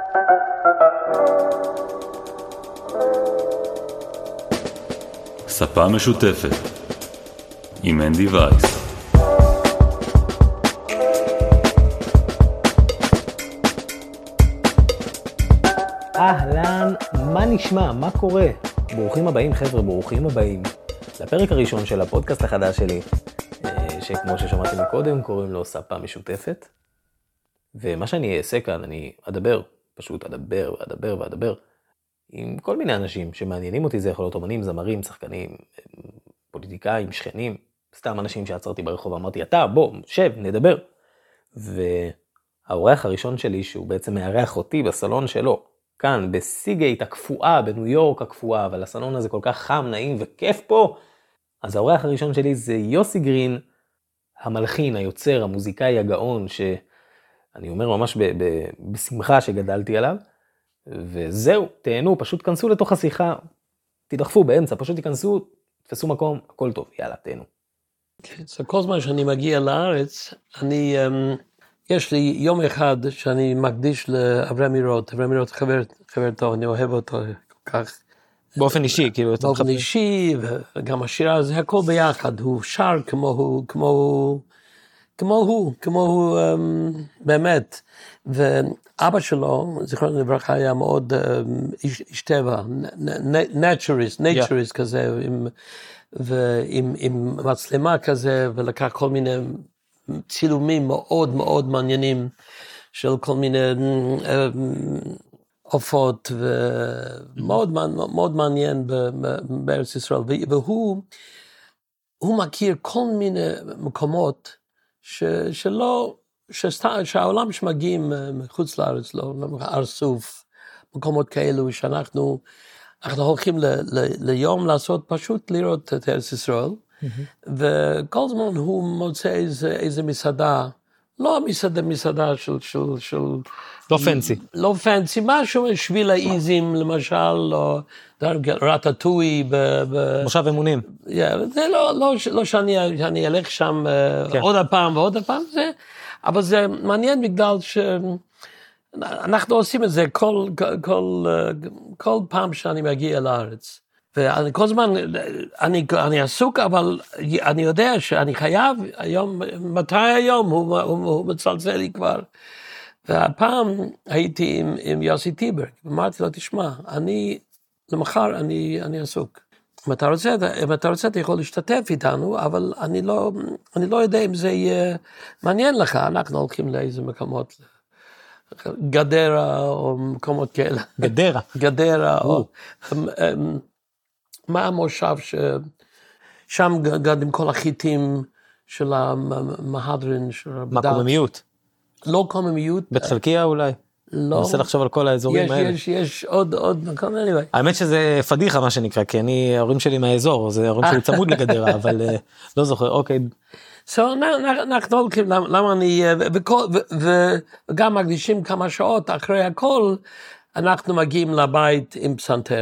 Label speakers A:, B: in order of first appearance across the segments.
A: ספה משותפת עם אנדי וייס.
B: אהלן, מה נשמע? מה קורה? ברוכים הבאים חבר'ה, ברוכים הבאים לפרק הראשון של הפודקאסט החדש שלי, שכמו ששמעתם מקודם קוראים לו ספה משותפת. ומה שאני אעשה כאן, אני פשוט אדבר עם כל מיני אנשים שמעניינים אותי. זה יכול להיות אומנים, זמרים, שחקנים, פוליטיקאים, שכנים, סתם אנשים שעצרתי ברחוב ואמרתי, אתה בוא, שב, נדבר. והאורח הראשון שלי, שהוא בעצם מארח אותי בסלון שלו, כאן בסיגייט הקפואה, בניו יורק הקפואה, אבל הסלון הזה כל כך חם, נעים וכיף פה. אז האורח הראשון שלי זה יוסי גרין, המלחין, היוצר, המוזיקאי הגאון, שאני אומר ממש בשמחה שגדלתי עליו. וזהו, תהנו, פשוט כנסו לתוך השיחה, תדחפו באמצע, פשוט תיכנסו, תפסו מקום, הכל טוב, יאללה, תהנו.
C: אז כל זמן שאני מגיע לארץ, יש לי יום אחד שאני מקדיש לאברהם רוט. אברהם רוט חבר טוב, אני אוהב אותו כל כך.
B: באופן אישי, כאילו.
C: באופן אישי, וגם השירה הזה, הכל ביחד, הוא שר כמו הוא באמת. ואבא שלו, זיכרונו לברכה, היה מאוד איש טבע, naturist כזה, עם מצלמה כזה, ולקח כל מיני צילומים מאוד מאוד מעניינים, של כל מיני עופות, ומאוד מעניין בארץ ישראל. והוא מכיר כל מיני מקומות, שהעולם שמגיעים מחוץ לארץ, לא ארסוף, מקומות כאלו שאנחנו הולכים ליום לעשות, פשוט לראות את ארץ ישראל, וכל זמן הוא מוצא איזה מסעדה, לא מסעדה של לא פנסי, משהו שביל האיזים למשל, או רטטוי
B: מושב אמונים.
C: זה לא שאני אלך שם עוד הפעם ועוד הפעם, אבל זה מעניין בגלל שאנחנו עושים את זה כל פעם שאני מגיע לארץ. ואני כל זמן, אני עסוק, אבל אני יודע שאני חייב היום, מתי היום הוא מצלצל לי כבר. והפעם הייתי עם יוסי טיברג, ואמרתי לו, תשמע, למחר אני עסוק. אם אתה רוצה, אתה יכול להשתתף איתנו, אבל אני לא יודע אם זה יהיה מעניין לך. אנחנו הולכים לאיזה מקומות, גדרה או מקומות כאלה. גדרה, או מה המושב שם גדים כל החיטים של המהדרין.
B: מה, קוממיות?
C: לא קוממיות.
B: בית חלקיה אולי?
C: לא.
B: אני מנסה לחשוב על כל האזורים האלה.
C: יש עוד מקום, anyway.
B: האמת שזה פדיחה מה שנקרא, כי ההורים שלי מהאזור, זה ההורים שלי צמוד לגדרה, אבל לא זוכר, אוקיי.
C: אנחנו הולכים, למה אני, וגם מקדישים כמה שעות, אחרי הכל, אנחנו מגיעים לבית עם פסנתר,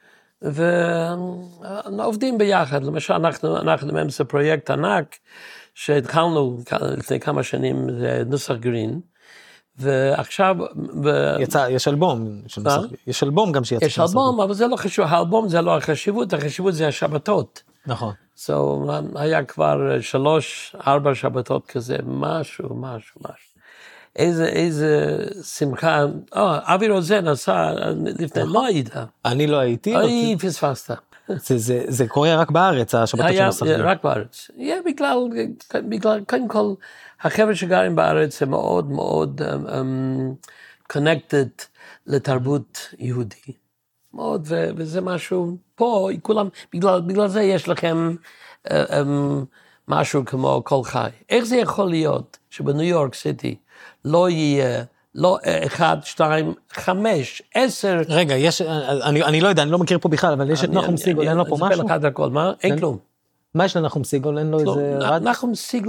C: ועובדים ביחד. למשל, אנחנו באמצע פרויקט ענק, שהתחלנו לפני כמה שנים, זה נוסח גרין, ועכשיו
B: יש אלבום, יש אלבום גם שיצא.
C: יש אלבום, אבל זה לא חשוב, האלבום זה לא החשיבות זה השבתות.
B: נכון.
C: היה כבר 3-4 שבתות כזה, משהו. איזה שמחה. אבי רוזן עשה לפני, לא היית.
B: אני לא הייתי.
C: אוי, פספסת.
B: זה קורה רק בארץ, השבתות של השחקים.
C: רק בארץ. בגלל, קודם כל, החבר'ה שגרים בארץ הם מאוד מאוד connected לתרבות יהודי. מאוד, וזה משהו, פה כולם, בגלל זה יש לכם משהו כמו כל חי. איך זה יכול להיות שבניו יורק סיטי לא יהיה, לא 1, 2, 5, 10...
B: רגע, אני לא יודע, אני לא מכיר פה בכלל, אבל יש את נחום סיגול, אין לו פה משהו?
C: אין כלום.
B: מה יש לנחום סיגול? אין לו איזה...
C: נחום סיגול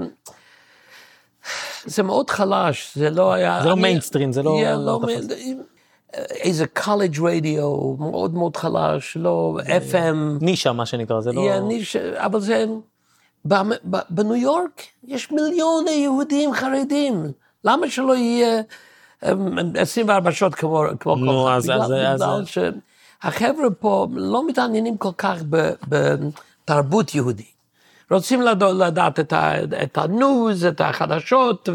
C: זה מאוד חלש, זה לא היה...
B: זה לא מיינסטרים, זה לא...
C: איזה קולג' רדיו, מאוד מאוד חלש, לא FM.
B: נישה, מה שנקרא, זה לא...
C: נישה, אבל זה... בניו יורק יש מיליוני יהודים חרדים. למה שלא יהיה 24 שעות כמו כל
B: נו,
C: כך.
B: אז...
C: בגלל שהחבר'ה פה לא מתעניינים כל כך בתרבות יהודי. רוצים לדעת את הנוז, את החדשות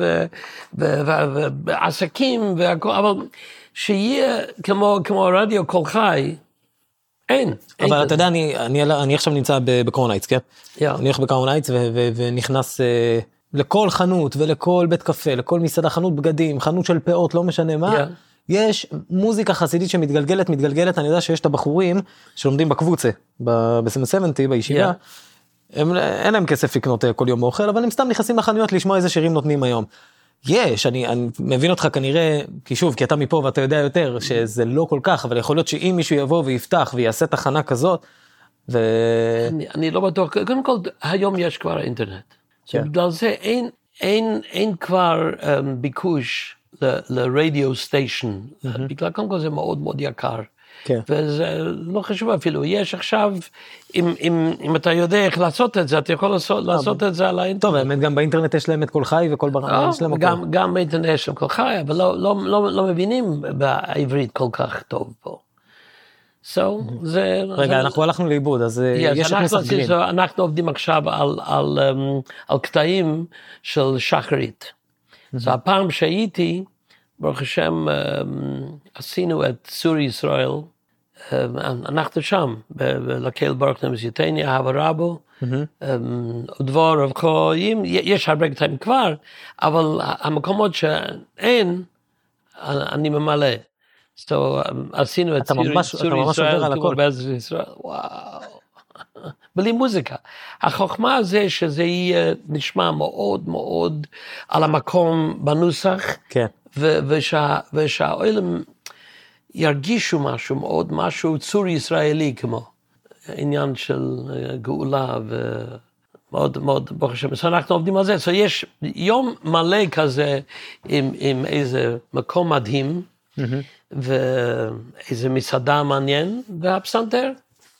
C: ועסקים והכל, אבל שיהיה כמו רדיו כל חי, אין.
B: אבל אתה יודע, אני עכשיו נמצא בקראון הייטס, כן? אני הולך בקראון הייטס ונכנס לכל חנות ולכל בית קפה, לכל מסעדה, חנות בגדים, חנות של פאות, לא משנה מה. יש מוזיקה חסידית שמתגלגלת, אני יודע שיש את הבחורים שלומדים בקבוצה, ב-70 בישיבה, אין להם כסף לקנות כל יום אוכל, אבל הם סתם נכנסים לחנויות לשמוע איזה שירים נותנים היום. אני מבין אותך כנראה, כי שוב, כי אתה מפה ואתה יודע יותר, שזה לא כל כך, אבל יכול להיות שאם מישהו יבוא ויפתח ויעשה תחנה כזאת,
C: אני לא בטוח, קודם כל, היום יש כבר אינטרנט. בגלל זה אין כבר ביקוש לרדיו סטיישן, בגלל קודם כל זה מאוד מאוד יקר. וזה לא חשוב אפילו, יש עכשיו, אם אתה יודע איך לעשות את זה, אתה יכול לעשות את זה על האינטרנט.
B: טוב, באמת גם באינטרנט יש להם את כל חי וכל ברמה, יש להם הכל.
C: גם באינטרנט יש להם כל חי, אבל לא מבינים בעברית כל כך טוב פה.
B: רגע, אנחנו הלכנו לאיבוד, אז יש את נוסח גרין.
C: אנחנו עובדים עכשיו על קטעים של שחרית. אז הפעם שהייתי, ברוך השם, עשינו את צור ישראל, אנחנו שם, לקהל ברוך נמזיתני, אהבה רבו, דבור רב חיים, יש הרבה קטעים כבר, אבל המקומות שאין, אני ממלא. עשינו את צור ישראל, וואו, בלי מוזיקה. החוכמה זה שזה יהיה נשמע מאוד מאוד על המקום בנוסח, ושהאוילם ירגישו משהו צור ישראלי כמו, עניין של גאולה ומאוד מאוד, ברוך השם, אנחנו עובדים על זה, יש יום מלא כזה עם איזה מקום מדהים, ואיזה מסעדה מעניין, והפסנתר.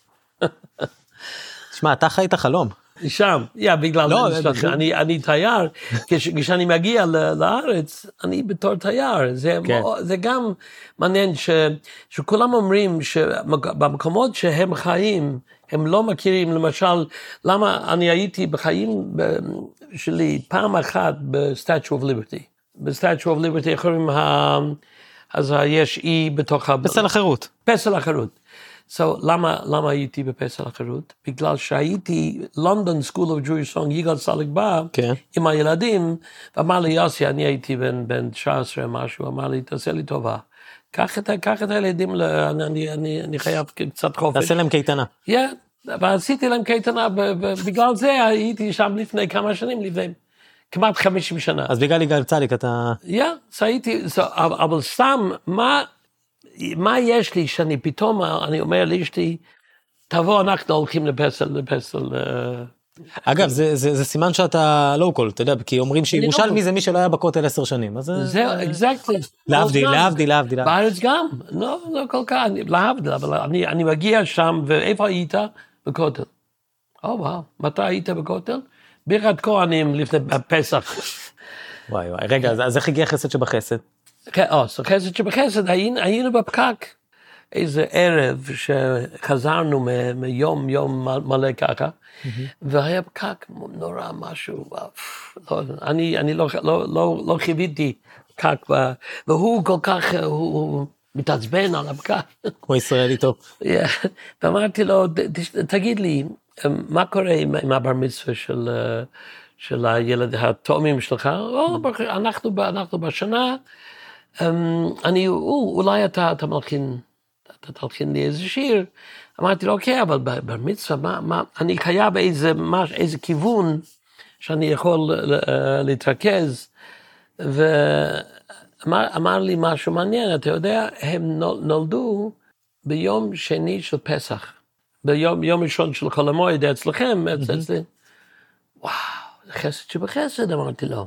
B: תשמע, אתה חי את החלום.
C: שם, בגלל, אני תייר, כשאני מגיע לארץ, אני בתור תייר, זה גם מעניין שכולם אומרים שבמקומות שהם חיים, הם לא מכירים, למשל, למה אני הייתי בחיים שלי פעם אחת ב-Statue of Liberty. ב-Statue of Liberty יכולים, אז יש אי בתוך...
B: פסל החירות.
C: פסל החירות. למה הייתי בפסל החירות? בגלל שהייתי London School of Jewish Song, יגאל סליק בא, עם הילדים, ואמר לי, יוסי, אני הייתי בן 19 משהו, אמר לי, תעשה לי טובה. קח את הילדים, אני חייב קצת חופש.
B: תעשה להם קייטנה.
C: ועשיתי להם קייטנה, בגלל זה הייתי שם לפני כמה שנים, לפני כמעט 50 שנה.
B: אז בגלל יגאל צליק אתה...
C: הייתי, אבל סתם, מה יש לי שאני פתאום, אני אומר לאשתי, תבוא, אנחנו הולכים לפסל.
B: אגב, זה סימן שאתה לוקל, אתה יודע, כי אומרים שירושלמי זה מי שלא היה בכותל 10 שנים.
C: זהו, אקזקטלי.
B: להבדיל.
C: בארץ גם, לא כל כך, להבדיל, אבל אני מגיע שם, ואיפה היית? בכותל. וואו, מתי היית בכותל? בירת כהנים לפני פסח.
B: וואי, רגע, אז איך הגיע חסד שבחסד?
C: חסד שבחסד, היינו בפקק, איזה ערב שחזרנו מיום מלא ככה, והיה פקק נורא משהו, אני לא חיוויתי פקק, והוא כל כך, הוא מתעצבן על הפקק.
B: כמו ישראלי טוב.
C: ואמרתי לו, תגיד לי, מה קורה עם הבר מצווה של הילד, התאומים שלך? אנחנו בשנה, אולי אתה תלחין לי איזה שיר. אמרתי לו, אוקיי, אבל בר מצווה, אני חייב איזה כיוון שאני יכול להתרכז, ואמר לי משהו מעניין, אתה יודע, הם נולדו ביום שני של פסח, ביום ראשון של חול המועד אצלכם, וואו, זה חסד שבחסד, אמרתי לו.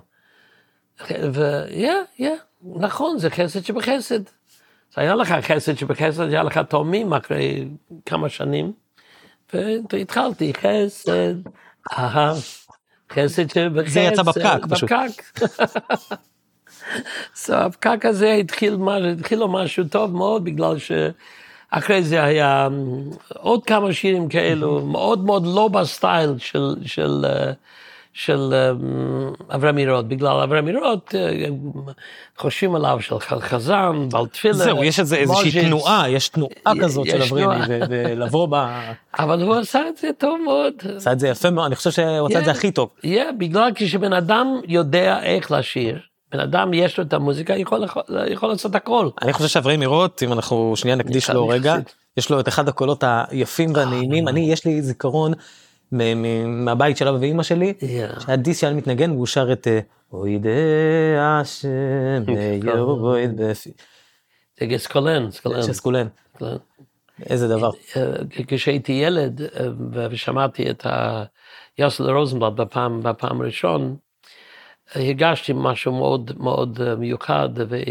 C: נכון, זה חסד שבחסד. אז היה לך חסד שבחסד, היה לך תאומים אחרי כמה שנים, והתחלתי חסד, חסד שבחסד.
B: זה יצא בפקק, פשוט.
C: הפקק הזה התחיל לו משהו טוב מאוד, בגלל שאחרי זה היה עוד כמה שירים כאלו, מאוד מאוד לא בסטייל של אברהם ירוד, בגלל אברהם ירוד חושבים עליו של חזן, בעל תפילה.
B: זהו, יש איזושהי תנועה, יש תנועה כזאת של אברהמי, ולבוא
C: אבל הוא עשה את זה טוב מאוד.
B: עשה את זה יפה מאוד, אני חושב שהוא עשה את זה הכי טוב.
C: בגלל כשבן אדם יודע איך לשיר, בן אדם יש לו את המוזיקה, יכול לעשות הכל.
B: אני חושב שאברהם ירוד, אם אנחנו שנייה נקדיש לו רגע, יש לו את אחד הקולות היפים והנעימים, יש לי זיכרון, מהבית של אבא ואמא שלי, שהדיס שהיה מתנגן, והוא שר את אוי דה השם, יורבויד בפי.
C: זה סקולן.
B: שסקולן. איזה דבר.
C: כשהייתי ילד, ושמעתי את יוסל רוזנבלט בפעם ראשון, הרגשתי משהו מאוד מאוד מיוחד,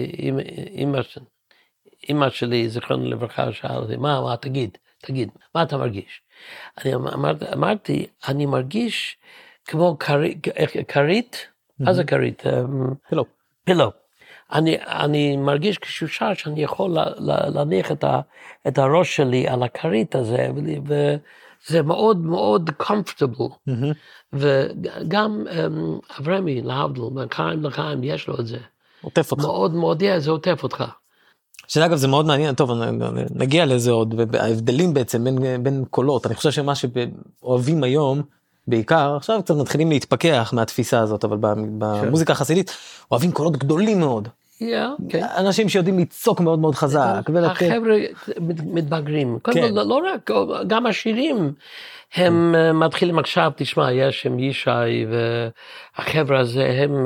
C: ואמא שלי, זיכרונה לברכה, שאלתי, מה, תגיד, מה אתה מרגיש? אני אמרתי, אני מרגיש כמו כרית, מה זה כרית? פילו. אני מרגיש כששר שאני יכול להניח את הראש שלי על הכרית הזה, וזה מאוד מאוד comfortable. וגם אברהמי, להבדיל, מחיים לחיים, יש לו את זה.
B: עוטף אותך.
C: מאוד מאוד, זה עוטף אותך.
B: שאגב זה מאוד מעניין, טוב נגיע לזה עוד, וההבדלים בעצם בין קולות, אני חושב שמה שאוהבים היום, בעיקר, עכשיו קצת מתחילים להתפכח מהתפיסה הזאת, אבל במוזיקה החסידית, אוהבים קולות גדולים מאוד. אנשים שיודעים לצעוק מאוד מאוד חזק.
C: החבר'ה מתבגרים, לא רק, גם השירים, הם מתחילים עכשיו, תשמע, יש עם ישי, והחבר'ה הזה, הם...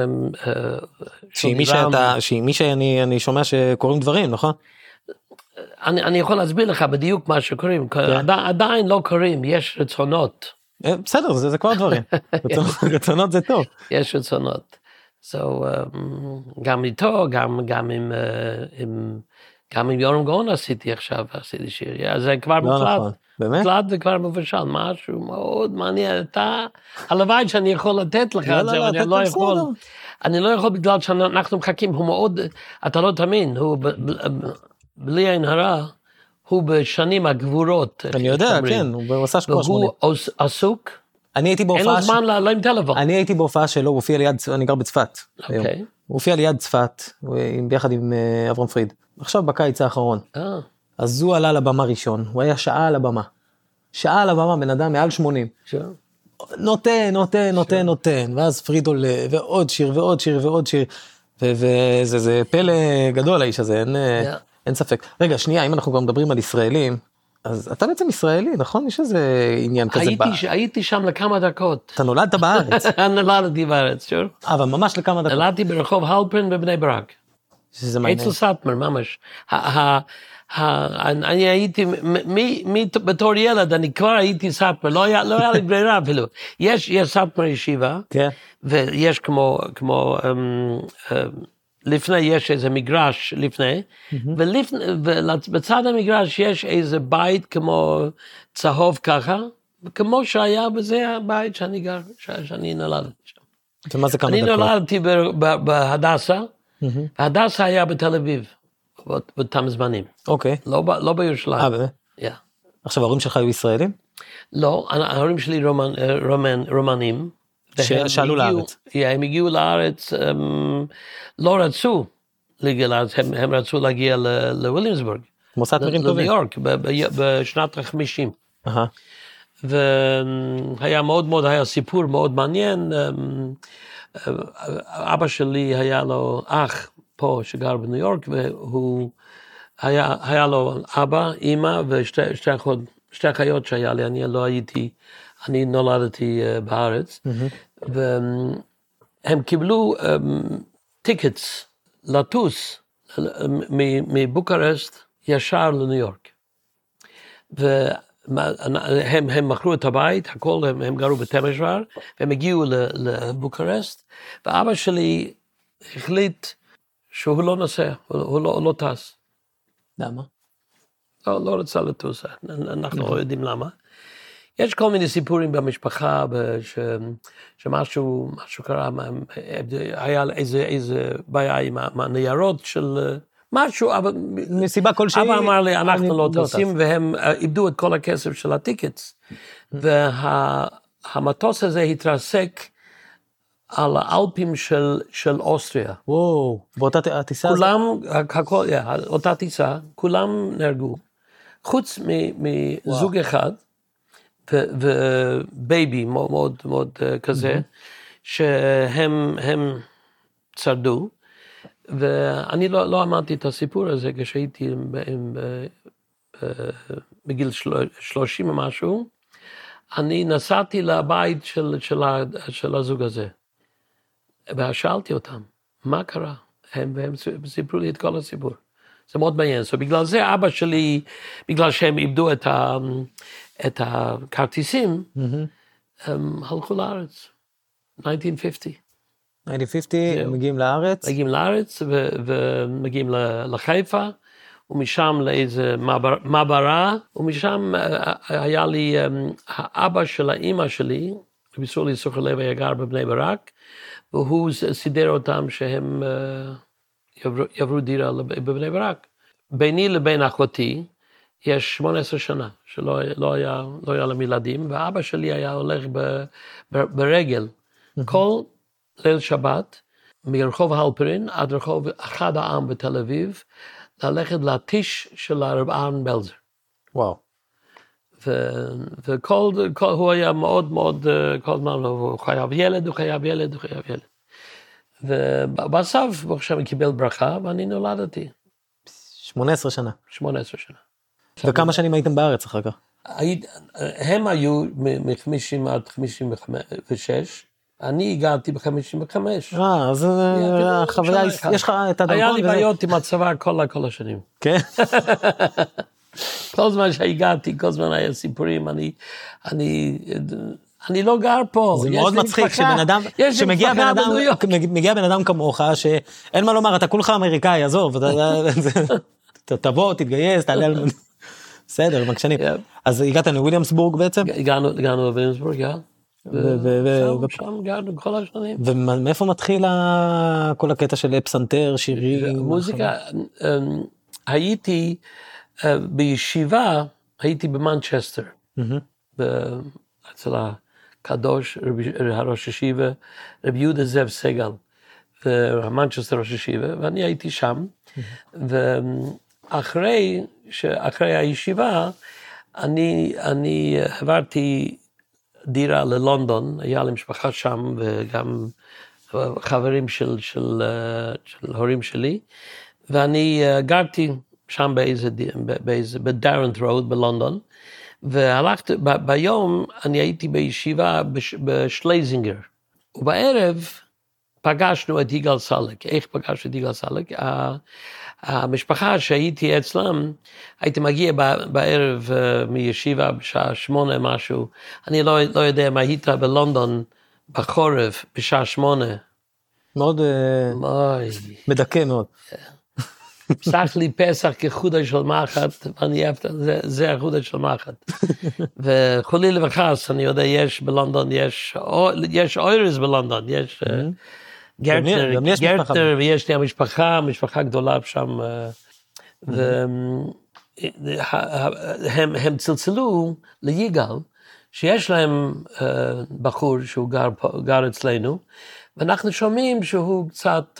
B: שעם ישי אני שומע שקוראים דברים, נכון?
C: אני יכול להסביר לך בדיוק מה שקוראים, עדיין לא קוראים, יש רצונות.
B: בסדר, זה כבר דברים, רצונות זה טוב.
C: יש רצונות. גם איתו, גם עם יורם גאון עשיתי שיר, זה כבר מוקלט וכבר מבושל, משהו מאוד מעניין, הלוואי שאני יכול לתת לך את זה, אני לא יכול בגלל שאנחנו מחכים, הוא מאוד, אתה לא תאמין, הוא בלי עין הרע, הוא בשנים הגבורות.
B: אני יודע, כן, הוא עשה שכוח שמונה.
C: והוא עסוק, אין לו זמן לא עם טלפון.
B: אני הייתי בהופעה שלו, הוא הופיע ליד, אני גר בצפת. הוא הופיע ליד צפת, ביחד עם אברהם פריד. עכשיו בקיץ האחרון. אז הוא עלה לבמה ראשון, הוא היה שעה על הבמה. שעה על הבמה, בן אדם מעל 80. נותן, ואז פריד עולה, ועוד שיר, וזה פלא גדול האיש הזה, אין ספק. רגע, שנייה, אם אנחנו גם מדברים על ישראלים, אז אתה בעצם ישראלי, נכון? יש איזה עניין כזה
C: הייתי שם לכמה דקות.
B: אתה נולדת בארץ?
C: נולדתי בארץ, שור.
B: אבל ממש לכמה דקות.
C: נולדתי ברחוב הלפרין בבני ברק.
B: שזה מעניין.
C: אצל סאטמר, ממש. אני הייתי, בתור ילד, אני כבר הייתי סאטמר, לא היה לי ברירה אפילו. יש סאטמר ישיבה, ויש כמו לפני יש איזה מגרש לפני, ובצד המגרש יש איזה בית כמו צהוב ככה, כמו שהיה בזה הבית שאני נולדתי שם. אני נולדתי בהדסה, ההדסה היה בתל אביב, באותם זמנים.
B: אוקיי.
C: לא בירושלים.
B: באמת? עכשיו ההורים שלך היו ישראלים?
C: לא, ההורים שלי רומנים.
B: שעלו לארץ.
C: הם הגיעו לארץ, לא רצו להגיע לארץ, הם רצו להגיע לוויליאמסבורג.
B: כמו סאטמרים טובים.
C: לניו יורק, בשנת ה-50. והיה היה סיפור מאוד מעניין. אבא שלי היה לו אח פה שגר בניו יורק, והוא היה לו אבא, אמא ושתי אחיות שהיה לי, אני נולדתי בארץ, והם קיבלו טיקטס לטוס מבוקרשט ישר לניו יורק. והם מכרו את הבית, הכל, הם גרו בתמז'ואר, והם הגיעו לבוקרשט, ואבא שלי החליט שהוא לא נוסע, הוא לא טס.
B: למה?
C: לא רצה לטוס, אנחנו לא יודעים למה. יש כל מיני סיפורים במשפחה, שמשהו קרה, היה איזה בעיה עם הניירות של משהו, אבל
B: מסיבה כלשהי.
C: אבא אמר לי, אנחנו לא טסים, והם איבדו את כל הכסף של הטיקטס, והמטוס הזה התרסק על האלפים של אוסטריה.
B: וואו, באותה טיסה?
C: כולם, אותה טיסה, כולם נהרגו, חוץ מזוג אחד, ובייבי מאוד מאוד כזה, שהם צרדו, ואני לא אמרתי את הסיפור הזה כשהייתי בגיל 30 ומשהו, אני נסעתי לבית של הזוג הזה, ושאלתי אותם, מה קרה? והם סיפרו לי את כל הסיפור. זה מאוד מעניין. בגלל זה אבא שלי, בגלל שהם איבדו את הכרטיסים, הם הלכו לארץ. 1950.
B: 1950, מגיעים לארץ?
C: מגיעים לארץ ומגיעים לחיפה, ומשם לאיזה מעברה, ומשם היה לי, האבא של האמא שלי, ביסור לי סוחר לב היה גר בבני ברק, והוא סידר אותם שהם יעברו דירה בבני ברק. ביני לבין אחותי יש 18 שנה שלא היה להם ילדים, ואבא שלי היה הולך ברגל כל ליל שבת, מרחוב הלפרין עד רחוב אחד העם בתל אביב, ללכת לטיש של הרב אהרן בלזר.
B: וואו.
C: הוא היה מאוד מאוד, כל הזמן הוא חייב ילד. ובסוף, עכשיו קיבל ברכה, ואני נולדתי.
B: 18 שנה.
C: 18 שנה.
B: וכמה שנים הייתם בארץ אחר כך?
C: הם היו מ-50 עד 56, אני הגעתי ב-55.
B: אז החוויה, יש לך את הדרכון?
C: היה לי בעיות עם הצבא כל השנים. כן? כל זמן שהגעתי, כל זמן היה סיפורים, אני לא גר פה.
B: זה מאוד מצחיק שמגיע בן אדם כמוך, שאין מה לומר, אתה כולך אמריקאי, עזוב, תבוא, תתגייס, תעלה על... בסדר, מקשנים. אז הגעת לוויליאמסבורג בעצם?
C: הגענו לוויליאמסבורג, שם גרנו כל השנים.
B: ומאיפה מתחיל כל הקטע של פסנתר, שירים?
C: מוזיקה, הייתי בישיבה, הייתי במנצ'סטר, אצל הקדוש, הראש ישיבה, רבי יהודה זאב סגל, ומנצ'סטר ראש ישיבה, ואני הייתי שם, ואחרי הישיבה, אני עברתי דירה ללונדון, היה לי משפחה שם, וגם חברים של הורים שלי, ואני גרתי שם בדארנט רוד בלונדון, והלכתי, ביום אני הייתי בישיבה בשלייזינגר, ובערב פגשנו את יגאל סלק. איך פגשנו את יגאל סלק? המשפחה שהייתי אצלם, הייתי מגיע בערב מישיבה בשעה 8 משהו, אני לא יודע מה היית בלונדון בחורף בשעה 8.
B: מאוד מדכא מאוד.
C: פסח לי פסח כחודש של מחט, ואני אהבת, זה החודש של מחט. וחולילה וחס, אני יודע, יש בלונדון, יש אוירס בלונדון, יש גרטנר, ויש לי המשפחה גדולה שם, והם צלצלו ליגאל, שיש להם בחור שהוא גר אצלנו, ואנחנו שומעים שהוא קצת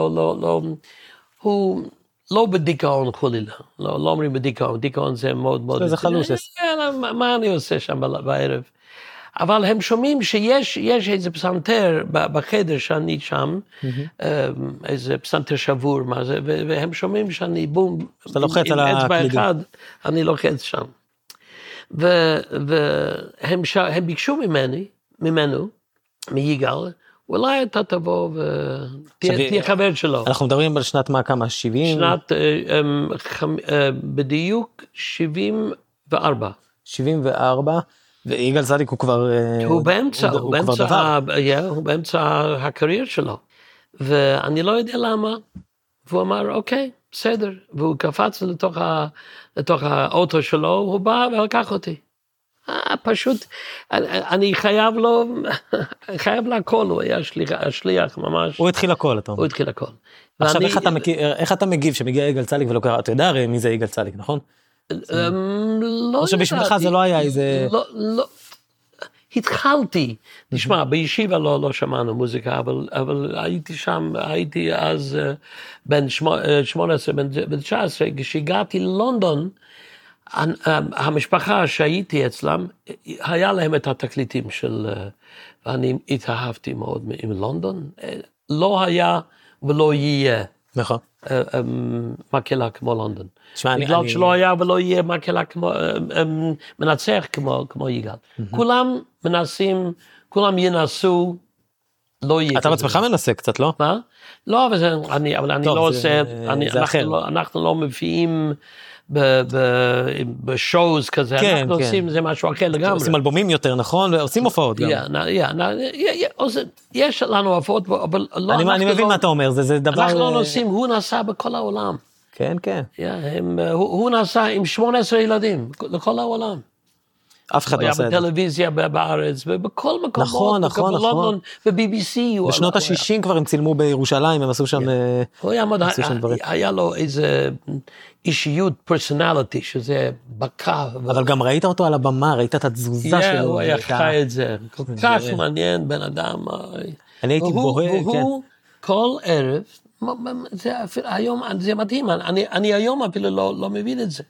C: הוא לא בדיכאון חלילה, לא אומרים בדיכאון, דיכאון זה מאוד מאוד...
B: זה חלושס.
C: מה אני עושה שם בערב? אבל הם שומעים שיש איזה פסנתר בחדר שאני שם, איזה פסנתר שבור, מה זה, והם שומעים שאני בום,
B: שאתה לוחץ על הקלידים.
C: אני לוחץ שם. והם ביקשו ממנו, מיגאל, אולי אתה תבוא ותהיה חבר שלו.
B: אנחנו מדברים על שנת מה, כמה? 70?
C: שנת, בדיוק 74.
B: 74, ויגאל צדיק הוא כבר...
C: הוא באמצע הקריירה שלו. ואני לא יודע למה, והוא אמר, אוקיי, בסדר. והוא קפץ לתוך האוטו שלו, הוא בא ולקח אותי. פשוט, אני חייב להכל, הוא היה שליח ממש.
B: הוא התחיל הכל, אתה אומר.
C: הוא התחיל הכל.
B: עכשיו, איך אתה מגיב שמגיע יגאל צליק ולא קרא, אתה יודע הרי מי זה יגאל צליק, נכון?
C: לא
B: או שבשבילך זה לא היה איזה...
C: לא, התחלתי, תשמע, בישיבה לא שמענו מוזיקה, אבל הייתי שם, הייתי אז בן 18, בן 19, כשהגעתי ללונדון, המשפחה שהייתי אצלם, היה להם את התקליטים של, ואני התאהבתי מאוד עם לונדון, לא היה ולא יהיה.
B: נכון.
C: מקהלה כמו לונדון. בגלל שלא היה ולא יהיה מקהלה כמו, מנצח כמו יגאל. כולם מנסים, כולם ינסו, לא יהיה.
B: אתה בעצמך מנסה קצת, לא?
C: מה? לא, אבל אני לא עושה, אנחנו לא מביאים בשואוז כזה, אנחנו עושים זה משהו אחר לגמרי.
B: עושים אלבומים יותר, נכון? ועושים הופעות גם.
C: יש לנו הופעות, אבל לא...
B: אני מבין מה אתה אומר, זה דבר...
C: אנחנו לא נוסעים, הוא נסע בכל העולם.
B: כן, כן.
C: הוא נסע עם 18 ילדים, לכל העולם.
B: אף אחד לא עושה את זה.
C: היה בטלוויזיה בארץ, ובכל מקום.
B: נכון.
C: בלונדון, ב-BBC.
B: בשנות ה-60 כבר הם צילמו בירושלים, הם עשו שם...
C: היה לו איזה אישיות, פרסונליטי, שזה בקע.
B: אבל גם ראית אותו על הבמה, ראית את התזוזה שלו.
C: הוא היה חי את זה. כל כך מעניין, בן אדם.
B: אני הייתי בוהה, כן.
C: והוא כל ערב, היום זה מדהים, אני היום אפילו לא מבין את זה.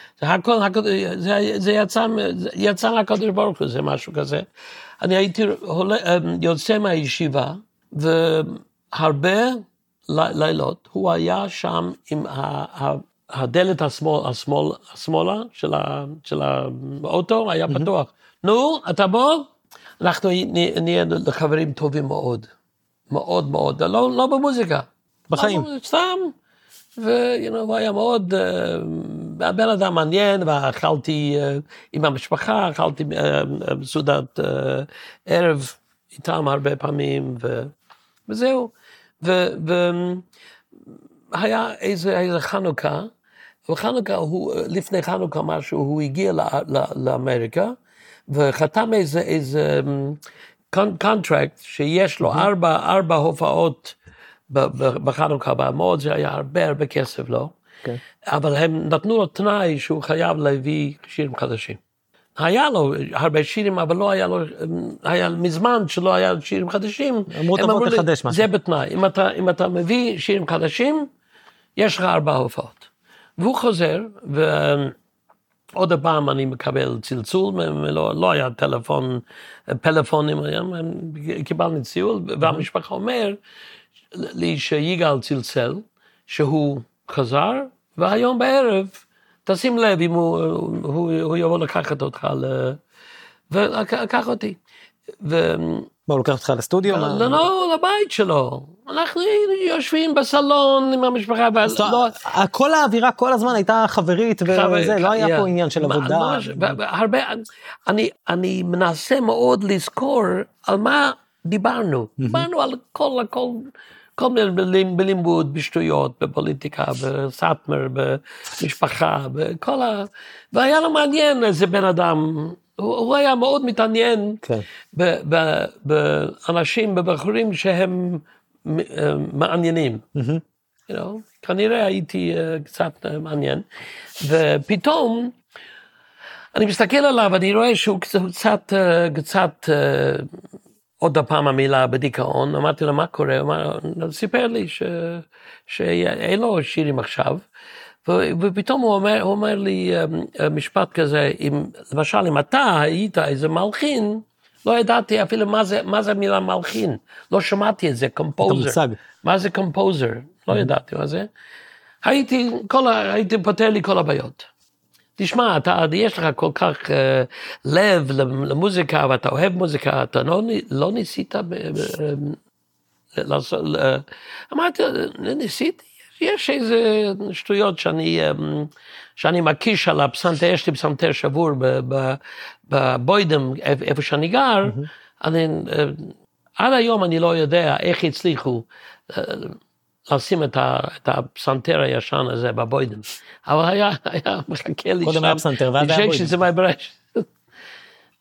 C: זה יצא מהקדוש ברוך הוא, זה משהו כזה. אני הייתי יוצא מהישיבה, והרבה לילות הוא היה שם עם הדלת השמאלה של האוטו, היה פתוח. נו, אתה בוא? אנחנו נהיה לחברים טובים מאוד. מאוד מאוד, לא במוזיקה.
B: בחיים.
C: סתם. והוא היה מאוד, הבן אדם מעניין, ואכלתי עם המשפחה, אכלתי בסעודת ערב איתם הרבה פעמים, וזהו. והיה איזה חנוכה, וחנוכה, לפני חנוכה משהו, הוא הגיע לאמריקה, וחתם איזה קונטרקט, שיש לו 4 הופעות, בחנוכה במאוד, זה היה הרבה כסף, לא? אבל הם נתנו לו תנאי שהוא חייב להביא שירים חדשים. היה לו הרבה שירים, אבל לא היה לו, היה מזמן שלא היה שירים חדשים.
B: אמרו תבוא תחדש משהו.
C: זה בתנאי, אם אתה מביא שירים חדשים, יש לך 4 הופעות. והוא חוזר, ועוד פעם אני מקבל צלצול, לא היה פלאפונים, קיבלנו ציול, והמשפחה אומר, לי שיגאל צלצל, שהוא חזר, והיום בערב, תשים לב אם הוא יבוא לקחת אותך, ולקח אותי.
B: מה, הוא לוקח אותך לסטודיו?
C: לא, לבית שלו. אנחנו יושבים בסלון עם המשפחה.
B: כל האווירה כל הזמן הייתה חברית, וזה, לא היה פה עניין של עבודה.
C: אני מנסה מאוד לזכור על מה דיברנו. דיברנו על כל מיני בלימוד, בשטויות, בפוליטיקה, בסאטמר, במשפחה, והיה לו מעניין איזה בן אדם, הוא היה מאוד מתעניין באנשים, בבחורים שהם מעניינים. כנראה הייתי קצת מעניין, ופתאום אני מסתכל עליו, אני רואה שהוא קצת עוד הפעם המילה בדיכאון, אמרתי לו מה קורה, הוא סיפר לי שאין לו שירים עכשיו, ופתאום הוא אומר לי משפט כזה, למשל אם אתה היית איזה מלחין, לא ידעתי אפילו מה זה המילה מלחין, לא שמעתי את זה, קומפוזר, מה זה קומפוזר, לא ידעתי מה זה, הייתי פותר לי כל הבעיות. תשמע, יש לך כל כך לב למוזיקה, ואתה אוהב מוזיקה, אתה לא ניסית לעשות, אמרתי, ניסיתי, יש איזה שטויות שאני מקיש על הפסנתר, יש לי פסנתר שבור בבוידם, איפה שאני גר, עד היום אני לא יודע איך הצליחו לשים את הפסנתר הישן הזה בבוידם. אבל היה מחכה לי שם.
B: קודם היה פסנתר ועד היה בוידם.
C: שזה מייברש.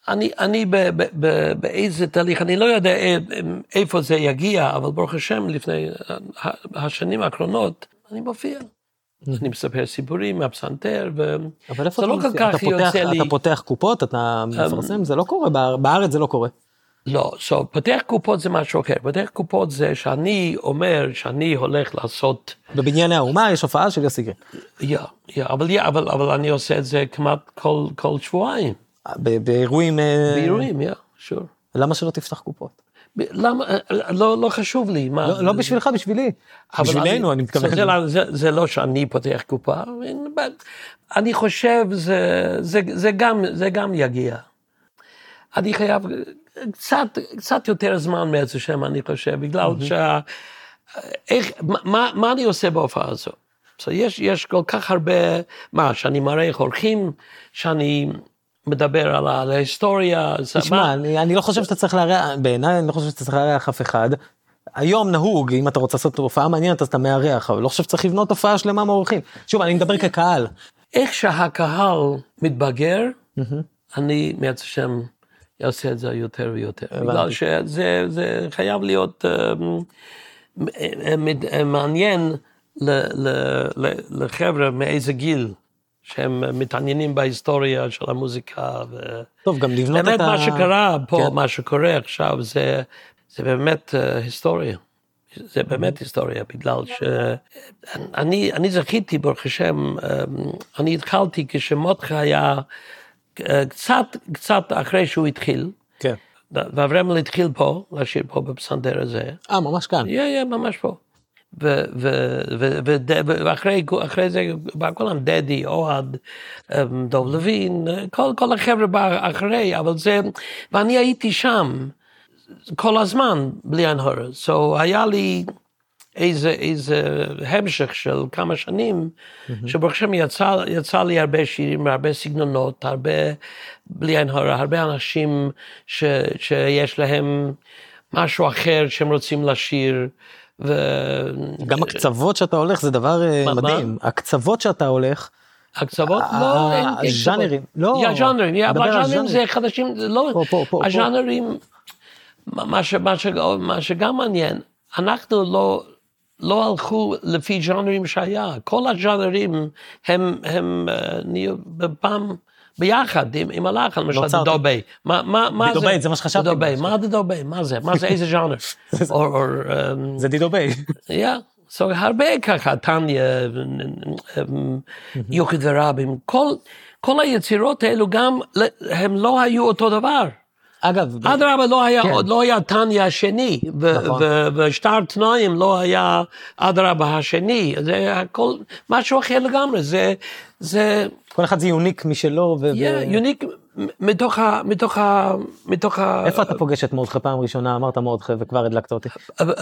C: אני באיזה תהליך, אני לא יודע איפה זה יגיע, אבל ברוך השם, לפני השנים האחרונות, אני מופיע. אני מספר סיפורים מהפסנתר,
B: אבל איפה
C: זה לא כל כך יוצא לי...
B: אתה פותח קופות, אתה מפרסם, זה לא קורה, בארץ זה לא קורה.
C: לא, פותח קופות זה משהו אחר, פותח קופות זה שאני אומר שאני הולך לעשות...
B: בבניין האומה יש הופעה של יוסי גרין.
C: אבל אני עושה את זה כמעט כל שבועיים.
B: באירועים...
C: באירועים, sure.
B: למה שלא תפתח קופות?
C: למה? לא חשוב לי.
B: לא בשבילך, בשבילי. בשבילנו, אני מתכוון.
C: זה לא שאני פותח קופה, אני חושב זה גם יגיע. אני חייב קצת יותר זמן מעץ השם, אני חושב, בגלל מה אני עושה בהופעה הזו? יש כל כך הרבה, שאני מראה אורחים, שאני מדבר על ההיסטוריה.
B: תשמע, אני לא חושב שאתה צריך להראה, בעיניי אני לא חושב שאתה צריך להראה אף אחד. היום נהוג, אם אתה רוצה לעשות הופעה מעניינת, אז אתה מארח, אבל לא חושב שצריך לבנות הופעה שלמה מאורחים. שוב, אני מדבר כקהל.
C: איך שהקהל מתבגר, אני מעץ השם אעשה את זה יותר ויותר. בגלל שזה חייב להיות מעניין לחבר'ה מאיזה גיל, שהם מתעניינים בהיסטוריה של המוזיקה.
B: טוב, גם לבנות
C: באמת מה שקרה פה, מה שקורה עכשיו, זה באמת היסטוריה. זה באמת היסטוריה, בגלל שאני זכיתי, ברוך השם, אני התחלתי כשמותך היה קצת אחרי שהוא התחיל. כן. ואברמל התחיל פה, לשיר פה בפסנתר הזה.
B: ממש כאן.
C: ממש פה. ואחרי זה, כולם דדי, אוהד, דוב לוין, כל החבר'ה בא אחרי, אבל זה, ואני הייתי שם כל הזמן, בלי הנהורה. So היה לי איזה המשך של כמה שנים, שברוך השם יצא לי הרבה שירים, הרבה סגנונות, הרבה בלי הנהורה, הרבה אנשים שיש להם משהו אחר שהם רוצים לשיר,
B: גם הקצוות שאתה הולך זה דבר מדהים. הקצוות שאתה הולך,
C: הקצוות? לא,
B: הז'אנרים.
C: הז'אנרים, אבל הז'אנרים זה חדשים, לא, הז'אנרים, מה שגם מעניין, אנחנו לא הלכו לפי ז'אנרים שהיה, כל הז'אנרים הם נהיו בפעם ביחד עם הלחן, למשל דדובי.
B: דדובי, זה מה שחשבתי.
C: מה דדובי? מה זה? איזה ז'אנר?
B: זה דדובי.
C: הרבה ככה, טניה, יוקד ורבים, כל היצירות האלו גם, הם לא היו אותו דבר.
B: אגב,
C: אדרבה לא היה טניה השני, ושטר תנועים לא היה אדרבה השני, זה הכל משהו אחר לגמרי, זה...
B: כל אחד זה יוניק משלו.
C: יוניק מתוך ה...
B: איפה אתה פוגש את מורדכי פעם ראשונה? אמרת מורדכי וכבר הדלקת אותי.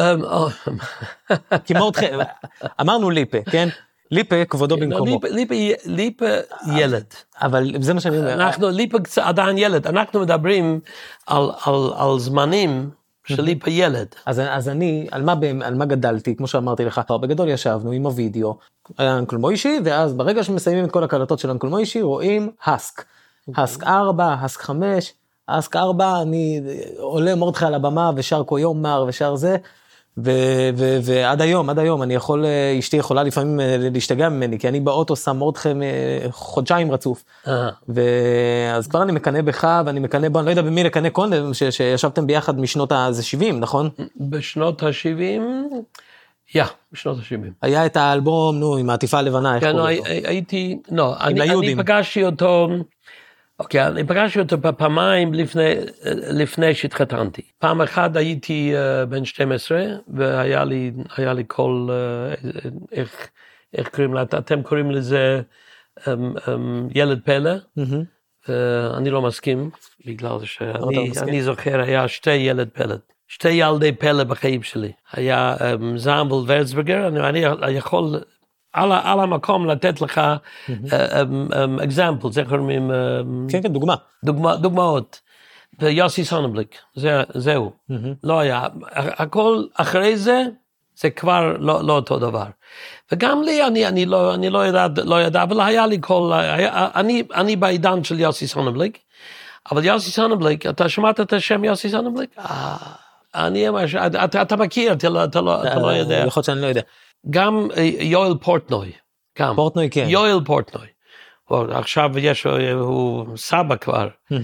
B: כי מורדכי, אמרנו ליפה, כן? ליפה כבודו במקומו.
C: ליפה ילד.
B: אבל זה מה שאני אומר.
C: ליפה עדיין ילד. אנחנו מדברים על זמנים של ליפה ילד.
B: אז אני, על מה גדלתי, כמו שאמרתי לך, בגדול ישבנו עם הוידאו, היה אנקל מוישי, ואז ברגע שמסיימים את כל הקלטות של אנקל מוישי, רואים הסק. הסק 4, הסק 5, הסק 4, אני עולה מורדכי על הבמה ושר קויום מר ושר זה, ועד היום אני יכול, אשתי יכולה לפעמים להשתגע ממני, כי אני באוטו שם מורדכי חודשיים רצוף, ואז כבר אני מקנה בך, ואני מקנה בו, אני לא יודע במי לקנה קודם, שישבתם ביחד משנות ה-70, נכון?
C: בשנות ה-70, בשנות ה-70.
B: היה את האלבום, עם העטיפה הלבנה, איך קוראים לו?
C: הייתי, אני פגשתי אותו, אני פגשתי אותו פעמיים לפני שהתחתנתי. פעם אחת הייתי בן 12, והיה לי כל, איך קוראים לה, אתם קוראים לזה ילד פלא, אני לא מסכים, בגלל שאני זוכר, היה שתי ילדי פלא בחיים שלי. היה זמבל ורצברגר, אני יכול... על המקום לתת לך examples, איך קוראים?
B: כן,
C: דוגמאות. ויוסי סונבליק, זהו. לא היה. הכל אחרי זה, זה כבר לא אותו דבר. וגם לי, אני לא ידע, אבל היה לי אני בעידן של יוסי סונבליק, אבל יוסי סוננבליק, אתה שמעת את השם יוסי סוננבליק? אני ממש, אתה מכיר, אתה לא יודע.
B: יכול להיות שאני לא יודע.
C: גם יואל פורטנוי. גם.
B: פורטנוי, כן.
C: יואל פורטנוי. עכשיו הוא סבא כבר.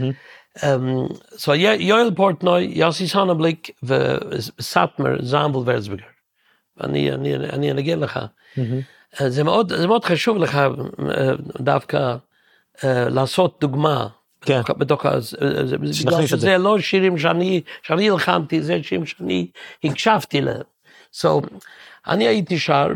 C: יואל פורטנוי, יוסי סוננבליק וסאטמר זמבל ורצברגר. אני אגיד לך. זה מאוד חשוב לך דווקא לעשות דוגמה.
B: כן.
C: בתוך זה לא שירים שאני הלחנתי, זה שירים שאני הקשבתי להם. אני הייתי שר,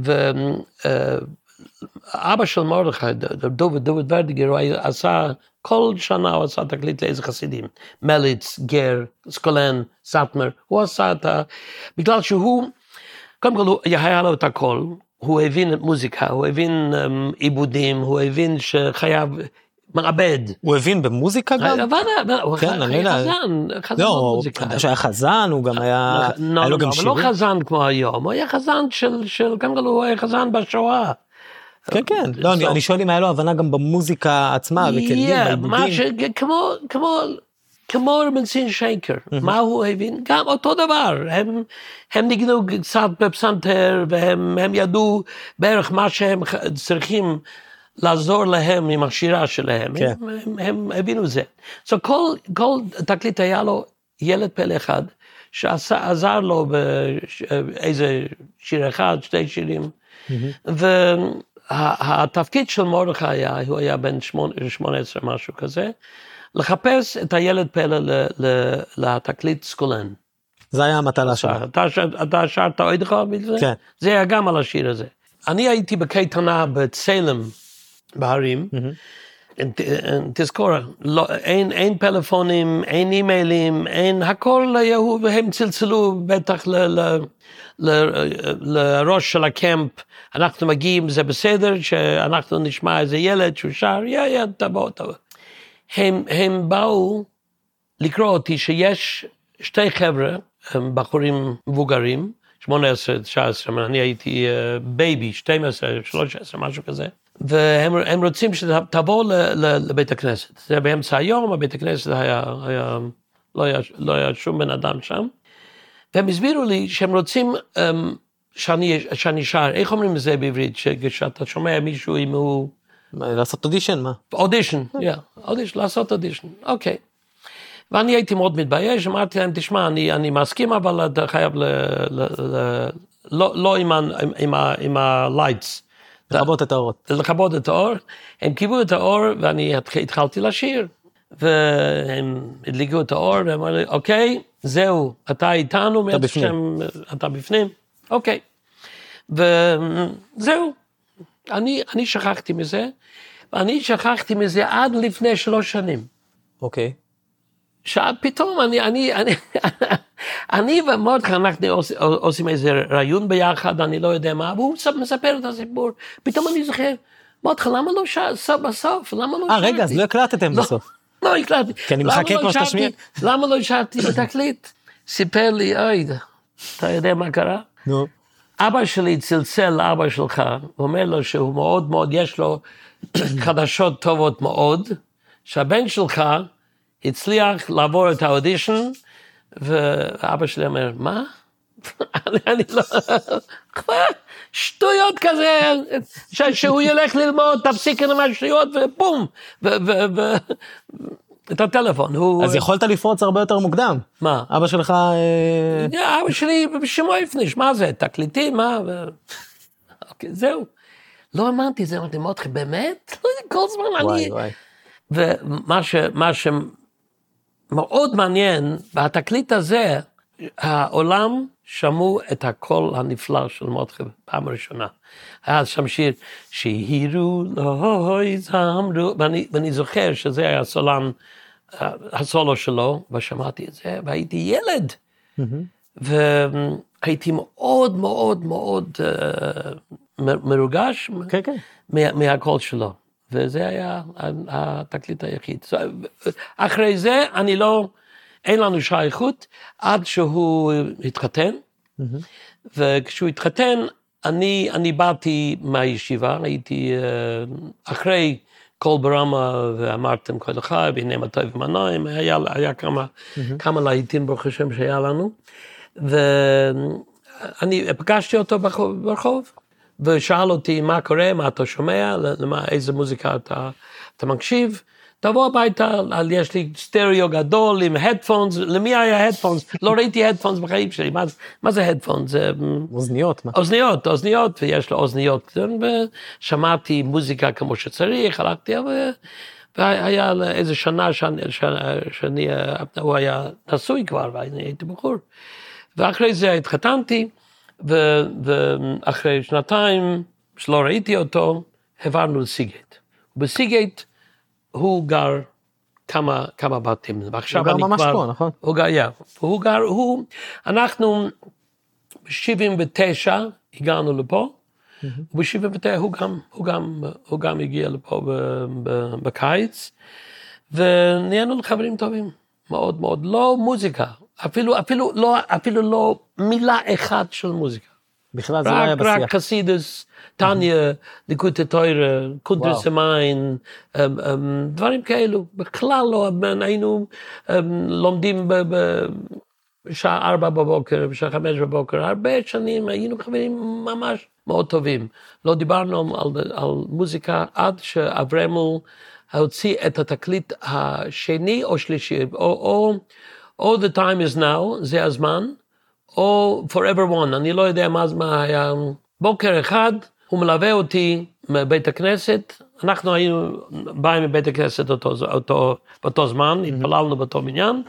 C: ואבא של מרדכי, דוד ורדיגר, הוא עשה, כל שנה הוא עשה תקליט לאיזה חסידים. מליץ, גר, סקולן, סאטמר, הוא עשה את בגלל שהוא, קודם כל היה לו את הכל, הוא הבין את מוזיקה, הוא הבין עיבודים, הוא הבין שחייב מעבד.
B: הוא הבין במוזיקה גם?
C: כן, אני יודע. חזן במוזיקה.
B: לא, שהיה חזן, הוא גם היה לו גם שירים.
C: אבל לא חזן כמו היום, הוא היה חזן גם הוא היה חזן בשואה.
B: כן, כן. לא, אני שואל אם היה לו הבנה גם במוזיקה עצמה, וכלים, בעיבודים.
C: כמו רבנסין שייקר, מה הוא הבין? גם אותו דבר, הם ניגנו קצת בפסנתר, והם ידעו בערך מה שהם צריכים לעזור להם עם השירה שלהם, הם הבינו זה. כל תקליט היה לו ילד פלא אחד, שעזר לו באיזה שיר אחד, שתי שירים, והתפקיד של מרדכי היה, הוא היה בן 18 משהו כזה, לחפש את הילד פלא לתקליט סקולן.
B: זה היה המטלה שלך.
C: אתה שרת עוד אחד בזה?
B: כן.
C: זה היה גם על השיר הזה. אני הייתי בקייטנה בצלם בהרים, תזכור, אין פלאפונים, אין אימיילים, אין הכל, והם צלצלו בטח לראש של הקמפ, אנחנו מגיעים, זה בסדר, שאנחנו נשמע איזה ילד שהוא שר, תבוא. הם באו לקרוא אותי שיש שתי חבר'ה, בחורים מבוגרים, 18, 19, אני הייתי בייבי, 12, 13, משהו כזה, והם רוצים שתבוא לבית הכנסת. זה באמצע היום, הבית הכנסת לא היה שום בן אדם שם, והם הסבירו לי שהם רוצים שאני שר, איך אומרים לזה בעברית, כשאתה שומע מישהו אם הוא...
B: לעשות אודישן, מה?
C: אודישן, לעשות אודישן, אוקיי. ואני הייתי מאוד מתבייש, אמרתי להם, תשמע, אני מסכים, אבל אתה חייב לא עם ה-lights.
B: לכבות את האורות.
C: לכבות את האור. הם קיבלו את האור, ואני התחלתי לשיר. והם הדליקו את האור, והם אמרו לי, אוקיי, זהו, אתה איתנו.
B: אתה בפנים.
C: אתה בפנים, אוקיי. וזהו. אני שכחתי מזה, ואני שכחתי מזה עד לפני 3 שנים.
B: אוקיי.
C: שפתאום אני ומרדכי, אנחנו עושים איזה רעיון ביחד, אני לא יודע מה, והוא מספר את הסיפור. פתאום אני זוכר, מרדכי, למה לא בסוף? למה לא שרתי?
B: רגע, אז לא הקלטתם בסוף.
C: לא הקלטתי.
B: כי אני מחכה כמו שתשמיע.
C: למה לא שרתי בתקליט? סיפר לי, אתה יודע מה קרה?
B: נו.
C: אבא שלי צלצל לאבא שלך, ואומר לו שהוא מאוד מאוד, יש לו חדשות טובות מאוד, שהבן שלך הצליח לעבור את האודישן, ואבא שלי אומר, מה? אני לא... שטויות כזה, שהוא ילך ללמוד, תפסיק עם השטויות, ובום, את הטלפון.
B: אז יכולת לפרוץ הרבה יותר מוקדם.
C: מה?
B: אבא שלך...
C: אבא שלי בשמו הפניש, מה זה? תקליטים, מה? אוקיי, זהו. לא אמרתי, זה אמרתי, מרדכי, באמת? כל זמן אני... ומה שמאוד מעניין, בתקליט הזה, העולם שמעו את הקול הנפלא של מרדכי פעם ראשונה. היה שם שיר, שירו לא יזמרו, ואני זוכר שזה היה הסולו שלו, ושמעתי את זה, והייתי ילד. והייתי מאוד מאוד מאוד מרוגש מהקול שלו. וזה היה התקליט היחיד. אחרי זה אין לנו שייכות, עד שהוא התחתן, וכשהוא התחתן, אני באתי מהישיבה, הייתי אחרי קול ברמה, ואמרתם כל אחד, והנה מה טוב ומה נעים, היה כמה להיטים ברוך השם שהיה לנו, ואני פגשתי אותו ברחוב, ושאל אותי מה קורה, מה אתה שומע, איזה מוזיקה אתה מקשיב, תבוא הביתה, יש לי סטריאו גדול עם הדפונס, למי היה הדפונס? לא ראיתי הדפונס בחיים שלי, מה זה הדפונס?
B: אוזניות.
C: אוזניות, ויש לו אוזניות, ושמעתי מוזיקה כמו שצריך, הלכתי, והיה איזה שנה הוא היה נשוי כבר, ואני הייתי בחור. ואחרי זה התחתנתי, ואחרי שנתיים שלא ראיתי אותו, העברנו לסיגייט. ובסיגייט הוא גר כמה בתים.
B: הוא גר ממש פה, נכון?
C: אנחנו ב-79 הגענו לפה, וב-79 הוא גם הגיע לפה בקיץ, ונהיינו לחברים טובים, מאוד מאוד, לא מוזיקה, אפילו לא מילה אחת של מוזיקה.
B: בכלל זה לא היה בשיח.
C: רק חסידס, טניה, ליקוטי תוירה, קונטרס המיין, דברים כאלו. בכלל לא, היינו לומדים בשעה 4 בבוקר, בשעה 5 בבוקר, הרבה שנים היינו חברים ממש מאוד טובים. לא דיברנו על מוזיקה עד שאברמל הוציא את התקליט השני או שלישי, או The Time Is Now, זה הזמן, או Forever One, אני לא יודע מה היה. בוקר אחד, הוא מלווה אותי מבית הכנסת, אנחנו היינו באים מבית הכנסת באותו זמן, התפללנו באותו מניין,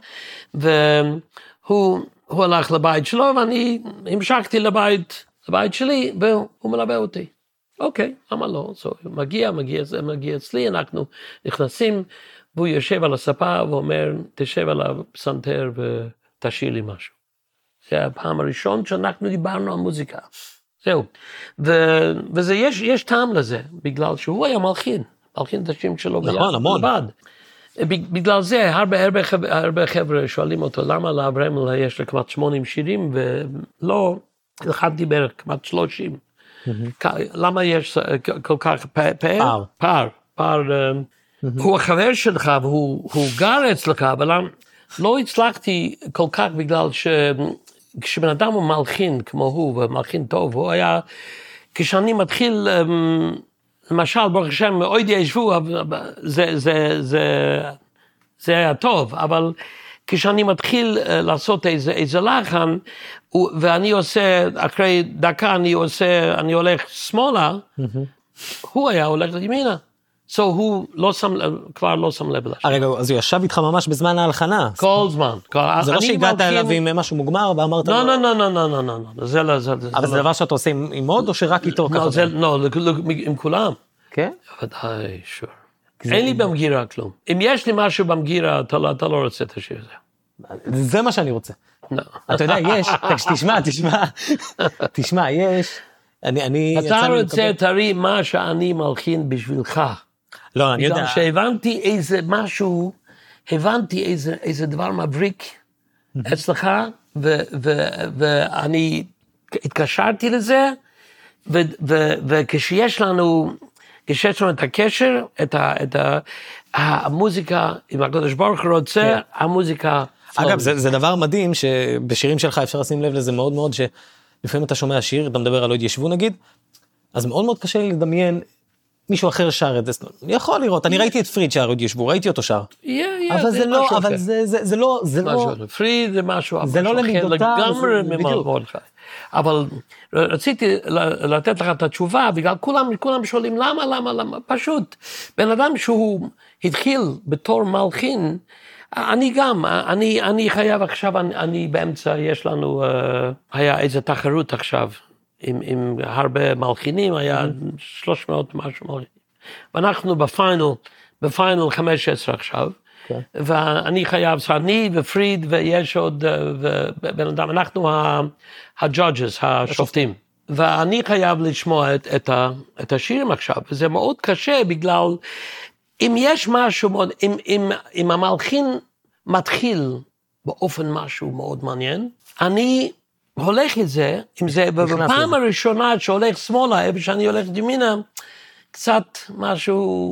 C: והוא הלך לבית שלו, ואני המשכתי לבית שלי, והוא מלווה אותי. אוקיי, למה לא? מגיע אצלי, אנחנו נכנסים, והוא יושב על הספה, ואומר, תשב על הפסנתר ותשאיר לי משהו. זה הפעם הראשון שאנחנו דיברנו על מוזיקה. זהו. וזה יש טעם לזה, בגלל שהוא היה מלחין את השם שלו.
B: נכון, המון.
C: בגלל זה, הרבה חבר'ה שואלים אותו, למה לאברמל יש כמעט 80 שירים, ולא, אחד דיבר כמעט 30. למה יש כל כך פער? הוא החבר שלך, והוא גר אצלך, אבל לא הצלחתי כל כך, בגלל כשבן אדם הוא מלחין כמו הוא, ומלחין טוב, הוא היה, כשאני מתחיל, למשל, ברוך השם, אוידי ישבו, זה היה טוב, אבל כשאני מתחיל לעשות איזה לחן, ואני עושה, אחרי דקה אני הולך שמאלה, הוא היה הולך לימינה. הוא כבר לא שם לב לשם.
B: רגע, אז הוא ישב איתך ממש בזמן ההלחנה.
C: כל זמן.
B: זה לא שהגעת אליו עם משהו מוגמר ואמרת...
C: לא.
B: אבל זה דבר שאתה עושה עם עוד או שרק איתו ככה?
C: לא, עם כולם.
B: כן?
C: ודאי, שור. אין לי במגירה כלום. אם יש לי משהו במגירה, אתה לא רוצה את השיר הזה.
B: זה מה שאני רוצה. אתה יודע, יש, תשמע, יש...
C: אתה רוצה תראי מה שאני מלחין בשבילך.
B: לא, אני יודע.
C: שהבנתי איזה משהו, איזה דבר מבריק אצלך, ואני התקשרתי לזה, וכשיש לנו את הקשר, את המוזיקה, אם הקדוש ברוך הוא רוצה, המוזיקה...
B: אגב, זה דבר מדהים, שבשירים שלך אפשר לשים לב לזה מאוד מאוד, לפעמים אתה שומע שיר, אתה מדבר על עוד ישבו נגיד, אז מאוד מאוד קשה לי לדמיין מישהו אחר שר את זה. אני יכול לראות, אני ראיתי את פריד שר עוד ישבו, ראיתי אותו שר. אבל זה לא, אבל זה לא,
C: פריד זה משהו,
B: זה לא למידותיו,
C: לגמרי ממרבון חי. אבל רציתי לתת לך את התשובה, בגלל כולם שואלים למה, פשוט, בן אדם שהוא התחיל בתור מלחין, אני גם, אני חייב עכשיו, אני באמצע, יש לנו, היה איזו תחרות עכשיו, עם הרבה מלחינים, היה 300 משהו מלחינים. ואנחנו בפיינל 15 עכשיו, ואני חייב, אני ופריד, ויש עוד בן אדם, אנחנו הג'אדג'ס, השופטים. ואני חייב לשמוע את השירים עכשיו, וזה מאוד קשה, בגלל, אם יש משהו, אם המלחין מתחיל באופן משהו מאוד מעניין, אני הולך את זה, אם זה בפעם הראשונה שהולך שמאלה, איפה שאני הולך ימינה, קצת משהו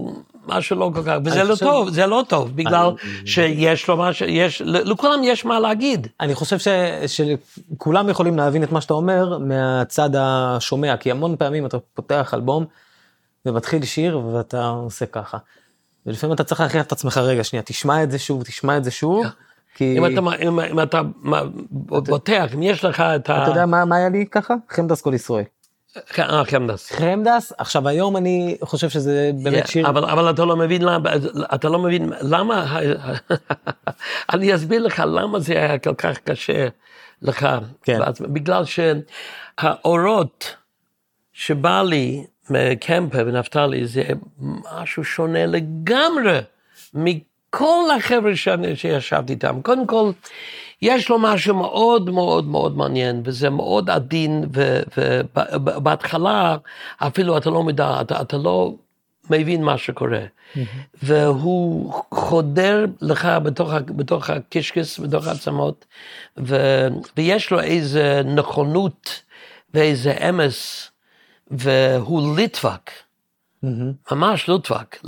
C: משהו לא כל כך, וזה לא טוב, זה לא טוב, בגלל שיש לו משהו, לכולם יש מה להגיד.
B: אני חושב שכולם יכולים להבין את מה שאתה אומר מהצד השומע, כי המון פעמים אתה פותח אלבום, ומתחיל שיר ואתה עושה ככה. ולפעמים אתה צריך להכריח את עצמך רגע, שנייה, תשמע את זה שוב, כי...
C: אם אתה בוטח, אם יש לך את ה...
B: אתה יודע מה היה לי ככה? חמדס כל ישראל. חמדס, עכשיו היום אני חושב שזה באמת שיר...
C: אבל אתה לא מבין למה, אני אסביר לך למה זה היה כל כך קשה לך, בגלל שהאורות שבא לי מקמפה ונפתלי זה משהו שונה לגמרי מכל החבר'ה שישבתי איתם. קודם כל, יש לו משהו מאוד מאוד מאוד מעניין, וזה מאוד עדין, ובהתחלה אפילו אתה לא מדע, אתה לא מבין מה שקורה. והוא חודר לך בתוך הקשקס, בתוך העצמות, ויש לו איזה נכונות ואיזה אמס, והוא ליטווק, ממש ליטווק,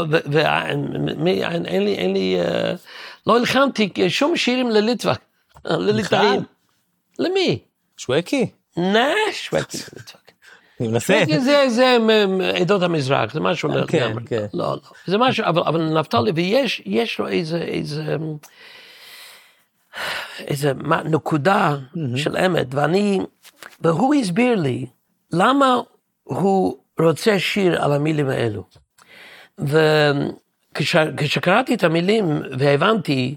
C: אין לי, לא הלחמתי שום שירים לליטווק, לליטאים. למי?
B: שווקי?
C: שווקי לליטווק.
B: אני מנסה.
C: שווקי זה עדות המזרח, זה משהו לגמרי. לא. זה משהו, אבל נפתלי, ויש לו איזה נקודה של אמת, והוא הסביר לי, למה הוא רוצה שיר על המילים האלו. וכשקראתי את המילים והבנתי,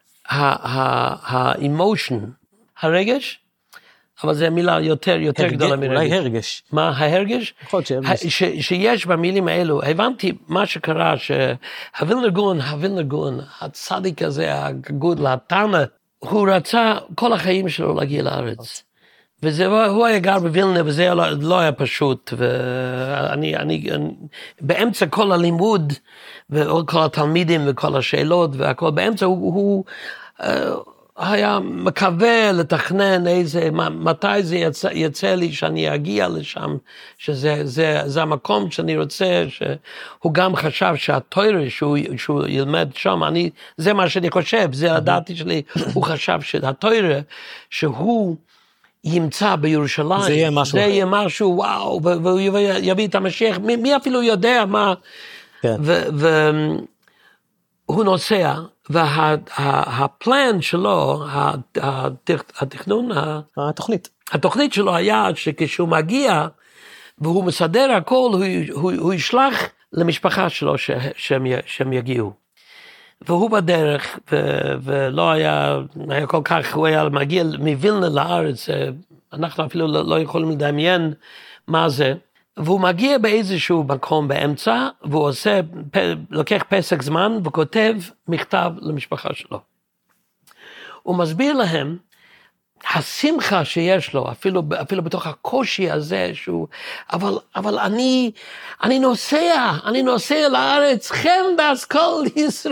C: האמושן, הרגש, אבל זו מילה יותר גדולה מרגש.
B: אולי הרגש.
C: מה, ההרגש?
B: יכול להיות
C: שיש במילים האלו, הבנתי מה שקרה, שהווילנגון, הצדיק הזה, הגוד, התנא, הוא רצה כל החיים שלו להגיע לארץ. הוא היה גר בווילנה, וזה לא היה פשוט, ואני באמצע כל הלימוד, וכל התלמידים וכל השאלות והכל, באמצע הוא היה מקווה לתכנן מתי זה יצא לי שאני אגיע לשם, שזה המקום שאני רוצה, שהוא גם חשב שהתורה שהוא ילמד שם, זה מה שאני חושב, זה הדעתי שלי, הוא חשב שהתורה שהוא ימצא בירושלים, זה יהיה משהו, וואו, והוא יביא את המשיח, מי אפילו יודע מה, והוא נוסע, והפלן שלו, התכנון, התוכנית שלו היה שכשהוא מגיע, והוא מסדר הכל, הוא ישלח למשפחה שלו שהם יגיעו. והוא בדרך, ולא היה כל כך, הוא היה מגיע מווילנה לארץ, אנחנו אפילו לא יכולים לדמיין מה זה, והוא מגיע באיזשהו מקום באמצע, והוא לוקח פסק זמן, וכותב מכתב למשפחה שלו. הוא מסביר להם, השמחה שיש לו, אפילו בתוך הקושי הזה, אבל אני נוסע לארץ, חמדס כל ישראל.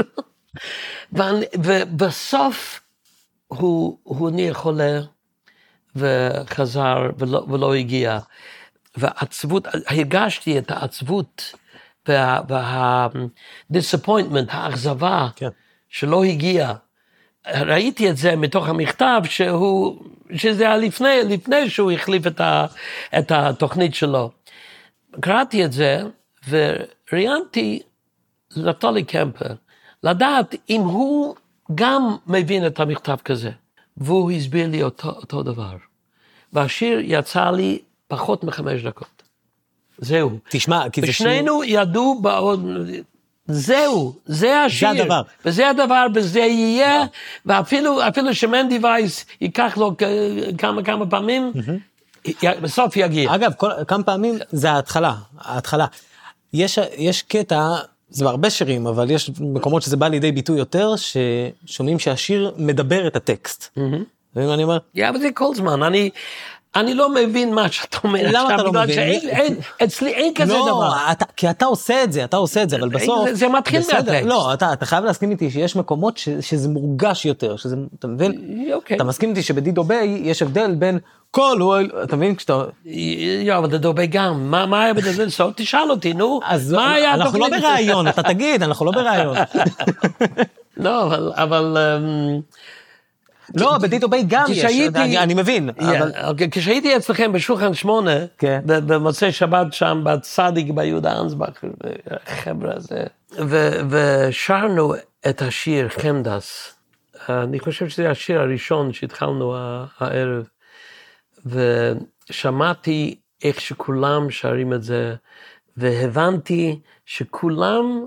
C: ובסוף הוא נהיה חולה וחזר ולא הגיע. והעצבות, הרגשתי את העצבות וה-disappointment, האכזבה שלא הגיע. ראיתי את זה מתוך המכתב שזה היה לפני שהוא החליף את התוכנית שלו. קראתי את זה וראיינתי נפתלי קמפה, לדעת אם הוא גם מבין את המכתב כזה. והוא הסביר לי אותו דבר. והשיר יצא לי פחות מ5 דקות. זהו.
B: תשמע, כי זה שיר...
C: ושנינו ידעו בעוד... זהו, זה השיר.
B: זה הדבר.
C: וזה הדבר, וזה יהיה, ואפילו שמנדי וייס ייקח לו כמה פעמים, בסוף יגיע.
B: אגב, כמה פעמים זה ההתחלה. יש קטע, זה בהרבה שירים, אבל יש מקומות שזה בא לידי ביטוי יותר, ששומעים שהשיר מדבר את הטקסט. ואם אני אומר...
C: אבל זה כל זמן, אני לא מבין מה שאתה אומר.
B: למה אתה לא מבין?
C: אצלי אין כזה דבר.
B: לא, כי אתה עושה את זה, אבל בסוף...
C: זה מתחיל מהטקסט.
B: לא, אתה חייב להסכים איתי שיש מקומות שזה מורגש יותר, אתה מבין?
C: אוקיי.
B: אתה מסכים איתי שבדידו ביי יש הבדל בין כל, אתה מבין כשאתה...
C: אבל דידו ביי גם, מה היה בדידו סוף? תשאל אותי, נו. מה היה...
B: אנחנו לא ברעיון, אתה תגיד, אנחנו לא ברעיון.
C: לא, אבל...
B: לא, בדידו ביי גם יש, אני מבין.
C: כשהייתי אצלכם בשולחן 8, במוצאי שבת שם, בצדיק ביהודה אנסבך, חבר'ה הזה, ושרנו את השיר חמדס. אני חושב שזה השיר הראשון שהתחלנו הערב, ושמעתי איך שכולם שרים את זה, והבנתי שכולם,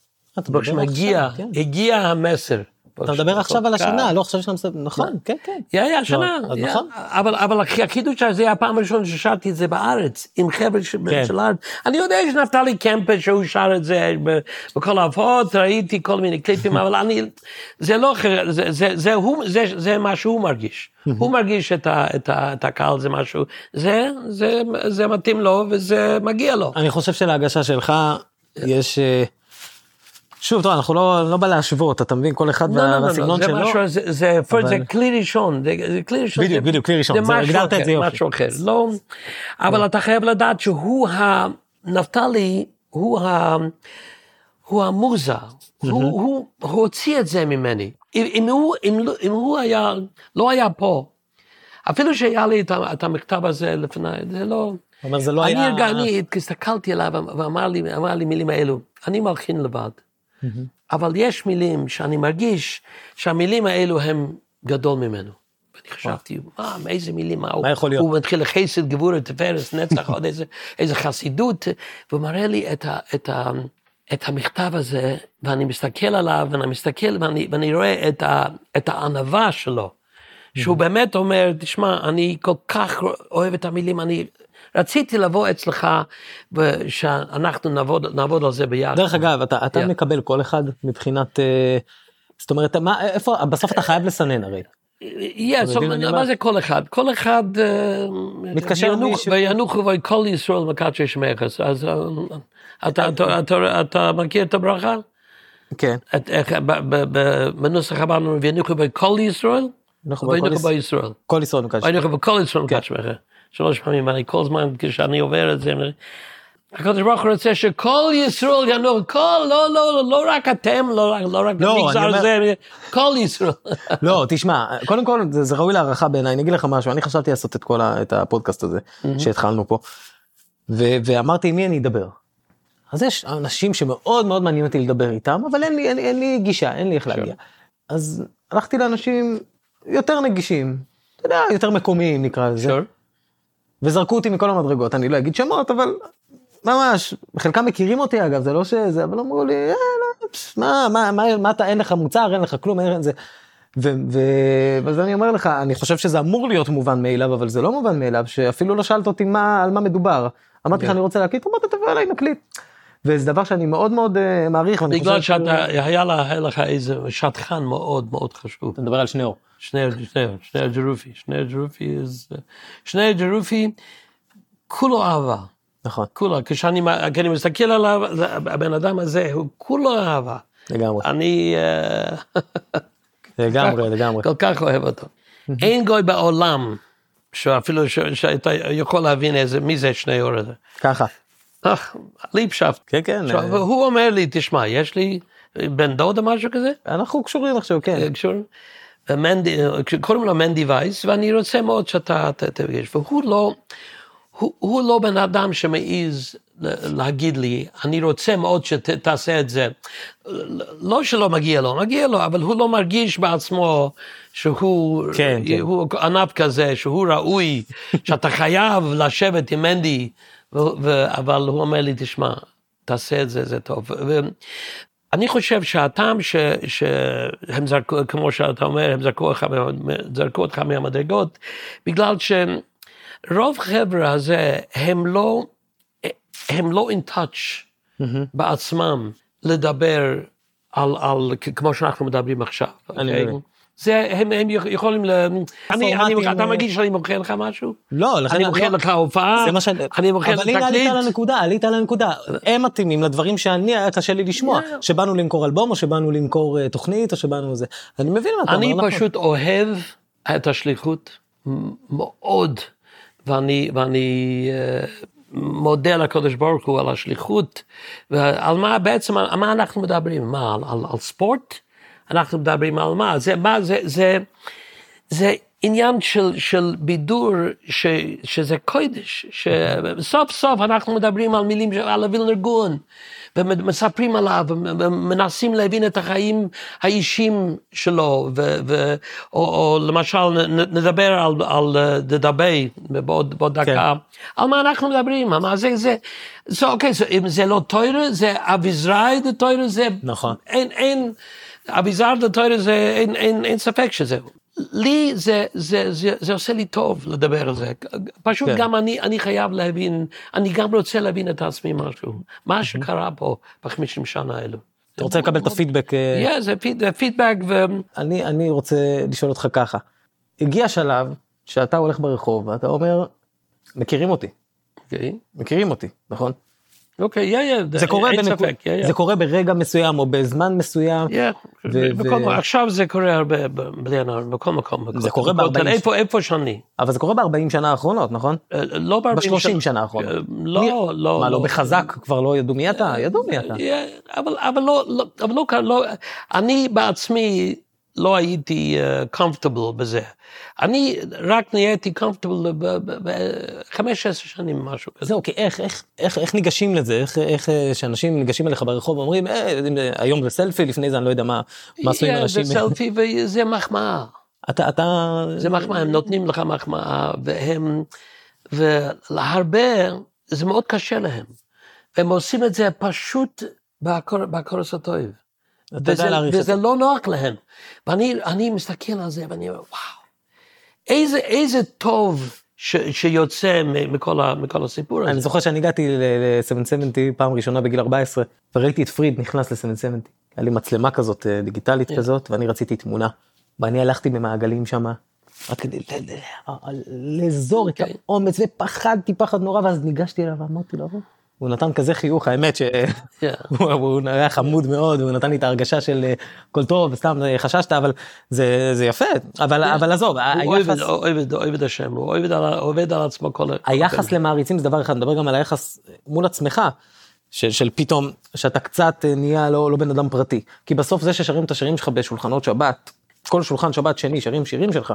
C: הגיע המסר.
B: אתה מדבר עכשיו על השנה, לא עכשיו שאתה נכון, כן, כן.
C: השנה, אבל החידוש הזה היה הפעם הראשונה ששרתי את זה בארץ, עם חבר'ה של הארץ. אני יודע שנפתלי קמפה שהוא שר את זה בכל ההופעות, ראיתי כל מיני קליפים, אבל זה לא, זה מה שהוא מרגיש. הוא מרגיש את הקהל, זה משהו, זה מתאים לו וזה מגיע לו.
B: אני חושב שלהגשה שלך יש... שוב, טוב, אנחנו לא בא להשוות, אתה מבין, כל אחד והסגנון שלו.
C: זה כלי ראשון,
B: בדיוק, כלי ראשון, זה הגדרת את זה יופי.
C: משהו אחר, לא, אבל אתה חייב לדעת שהוא, נפתלי, הוא המוזה, הוא הוציא את זה ממני. אם הוא לא היה פה, אפילו שהיה לי את המכתב הזה לפני, זה לא... אני הסתכלתי עליו ואמר לי מילים האלו, אני מלחין לבד. אבל יש מילים שאני מרגיש שהמילים האלו הם גדול ממנו. ואני חשבתי, איזה מילים,
B: מה יכול להיות?
C: הוא מתחיל לחסד, גבורת, תפארת, נצח, עוד איזה חסידות, והוא מראה לי את המכתב הזה, ואני מסתכל עליו, ואני רואה את הענווה שלו, שהוא באמת אומר, תשמע, אני כל כך אוהב את המילים, אני רציתי לבוא אצלך, ושאנחנו נעבוד על זה ביחד.
B: דרך אגב, אתה מקבל כל אחד מבחינת, זאת אומרת, איפה, בסוף אתה חייב לסנן הרי.
C: מה זה כל אחד? כל אחד,
B: מתקשר מישהו.
C: וינוחו וכל ישראל מקדשי שמך, אז אתה מכיר את הברכה?
B: כן.
C: בנוסח הבא, וינוחו וכל ישראל? וינוחו בישראל.
B: כל ישראל מקדשי.
C: וינוחו וכל ישראל מקדשי שמך. 3 פעמים, אני כל זמן כשאני עובר את זה, הקדוש ברוך הוא רוצה שכל ישראל ינוח, לא רק אתם, לא רק במגזר זה, כל ישראל.
B: לא, תשמע, קודם כל זה ראוי להערכה בעיניי, אני אגיד לך משהו, אני חשבתי לעשות את הפודקאסט הזה, שהתחלנו פה, ואמרתי עם מי אני אדבר. אז יש אנשים שמאוד מאוד מעניין אותי לדבר איתם, אבל אין לי גישה, אין לי איך להגיע. אז הלכתי לאנשים יותר נגישים, אתה יודע, יותר מקומיים נקרא לזה. וזרקו אותי מכל המדרגות, אני לא אגיד שמות, אבל ממש, חלקם מכירים אותי אגב, זה לא שזה, אבל אמרו לי, מה אתה, אין לך מוצר, אין לך כלום, אין זה. ואז אני אומר לך, אני חושב שזה אמור להיות מובן מאליו, אבל זה לא מובן מאליו, שאפילו לא שאלת אותי על מה מדובר. אמרתי לך, אני רוצה להקליט, אמרת, תבוא אליי, נקליט. וזה דבר שאני מאוד מאוד מעריך.
C: בגלל שהיה לך איזה שטחן מאוד מאוד חשוב.
B: אתה מדבר על שניאור.
C: שני הג'רופי, כולו אהבה.
B: נכון.
C: כולו, כשאני מסתכל עליו, הבן אדם הזה, הוא כולו אהבה.
B: לגמרי.
C: אני...
B: לגמרי.
C: כל כך אוהב אותו. אין גוי בעולם, שאפילו שאתה יכול להבין מי זה שניאור הזה.
B: ככה.
C: ליפשפט.
B: כן, כן.
C: והוא אומר לי, תשמע, יש לי בן דוד או משהו כזה?
B: אנחנו קשורים עכשיו, כן.
C: קשורים. קוראים לו מנדי וייס, ואני רוצה מאוד שאתה תפגש. והוא לא בן אדם שמעיז להגיד לי, אני רוצה מאוד שתעשה את זה. לא שלא מגיע לו, אבל הוא לא מרגיש בעצמו שהוא ענב כזה, שהוא ראוי, שאתה חייב לשבת עם מנדי, אבל הוא אומר לי, תשמע, תעשה את זה, זה טוב. אני חושב שהטעם שהם זרקו, כמו שאתה אומר, הם זרקו אותך מהמדרגות, בגלל שרוב חבר'ה הזה, הם לא in touch בעצמם לדבר על כמו שאנחנו מדברים עכשיו. הם יכולים אתה מגיש שאני מוכר לך משהו?
B: לא,
C: אני מוכר לך הופעה, אני מוכר
B: אבל הנה עלית על הנקודה, הם מתאימים לדברים שאני היה קשה לי לשמוע, שבאנו למכור אלבום, או שבאנו למכור תוכנית, או שבאנו זה, אני מבין מה אתה אומר.
C: אני פשוט אוהב את השליחות מאוד, ואני מודה לקדוש ברוך הוא על השליחות, ועל מה בעצם, על מה אנחנו מדברים? מה, על ספורט? אנחנו מדברים על מה? זה עניין של בידור שזה קודש, שסוף סוף אנחנו מדברים על מילים על וילנר גאון, ומספרים עליו, ומנסים להבין את החיים האישיים שלו, או למשל נדבר על דדבי בעוד דקה, על מה אנחנו מדברים, מה זה, אוקיי, אם זה לא תורה, זה אביזרי דה תורה, זה,
B: נכון.
C: אין, אביזר דה תורה זה, אין ספק שזה. לי זה עושה לי טוב לדבר על זה, פשוט גם אני חייב להבין, אני גם רוצה להבין את עצמי משהו, מה שקרה פה ב50 שנה האלו.
B: אתה רוצה לקבל את הפידבק?
C: זה פידבק.
B: אני רוצה לשאול אותך ככה, הגיע שלב שאתה הולך ברחוב ואתה אומר, מכירים אותי, נכון?
C: אוקיי,
B: זה קורה ברגע מסוים או בזמן מסוים.
C: עכשיו זה קורה הרבה בלי הנער, בכל מקום.
B: זה קורה
C: איפה שאני. אבל
B: זה קורה ב40 שנה האחרונות, נכון?
C: לא ב40 שנה.
B: ב30 שנה האחרונות.
C: לא.
B: מה, לא בחזק כבר לא ידעו מי אתה? ידעו מי אתה.
C: אבל לא, אני בעצמי לא הייתי comfortable בזה. אני רק נהייתי comfortable ב-15 שנים משהו כזה.
B: זהו, כי איך ניגשים לזה? איך שאנשים ניגשים אליך ברחוב ואומרים, היום זה סלפי, לפני זה אני לא יודע מה עשו עם אנשים.
C: זה סלפי וזה מחמאה. זה מחמאה, הם נותנים לך מחמאה, ולהרבה זה מאוד קשה להם. הם עושים את זה פשוט בקורס הטוב. וזה לא נוח להם. ואני מסתכל על זה ואני אומר, וואו, איזה טוב שיוצא מכל הסיפור הזה.
B: אני זוכר שאני הגעתי ל-770 פעם ראשונה בגיל 14, וראיתי את פריד נכנס ל-770. היה לי מצלמה כזאת, דיגיטלית כזאת, ואני רציתי תמונה. ואני הלכתי במעגלים שם, רק כדי לאזור את האומץ, ופחדתי פחד נורא, ואז ניגשתי אליו ואמרתי לו, הוא נתן כזה חיוך, האמת שהוא היה חמוד מאוד, הוא נתן לי את ההרגשה של כל טוב, סתם חששת, אבל זה יפה, אבל עזוב,
C: הוא אוהב את השם, הוא עובד על עצמו כל...
B: היחס למעריצים זה דבר אחד, נדבר גם על היחס מול עצמך, של פתאום, שאתה קצת נהיה לא בן אדם פרטי, כי בסוף זה ששרים את השירים שלך בשולחנות שבת, כל שולחן שבת שני, שרים שירים שלך,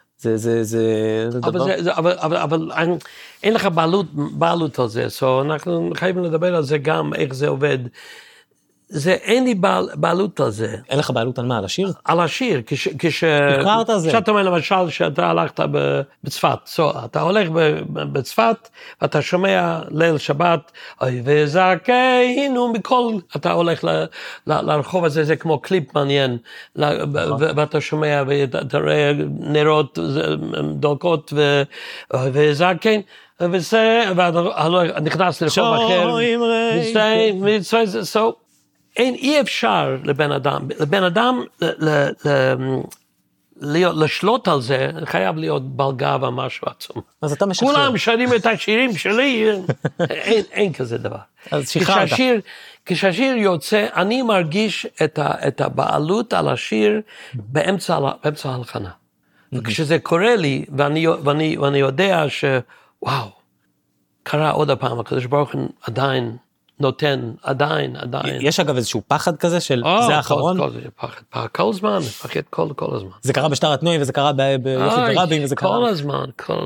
C: אבל אין לך בעלות על זה, אנחנו חייבים לדבר על זה גם, איך זה עובד. אין לי בעלות על זה.
B: אין לך בעלות על מה? על השיר?
C: על השיר, כשאתה אומר למשל שאתה הלכת בצפת, אתה הולך בצפת, ואתה שומע ליל שבת, אוי וזכינו מכל, אתה הולך לרחוב הזה, זה כמו קליפ מעניין, ואתה שומע ואתה רואה נרות דולקות, וזכינו, ואתה נכנס לרחוב אחר, אי אפשר לבן אדם לשלוט על זה, חייב להיות בלגה ומשהו עצום.
B: אז אתה משחרר.
C: כולם שרים את השירים שלי, אין כזה דבר.
B: אז שחררת.
C: כשהשיר יוצא, אני מרגיש את הבעלות על השיר באמצע ההלחנה. וכשזה קורה לי, ואני יודע שוואו, קרה עוד הפעם, הקדוש ברוך הוא עדיין נותן, עדיין.
B: יש אגב איזשהו פחד כזה של זה האחרון?
C: כל הזמן, פחד כל הזמן.
B: זה קרה בשטר התנועים, וזה קרה ביוסי ורבין, וזה קרה...
C: כל הזמן,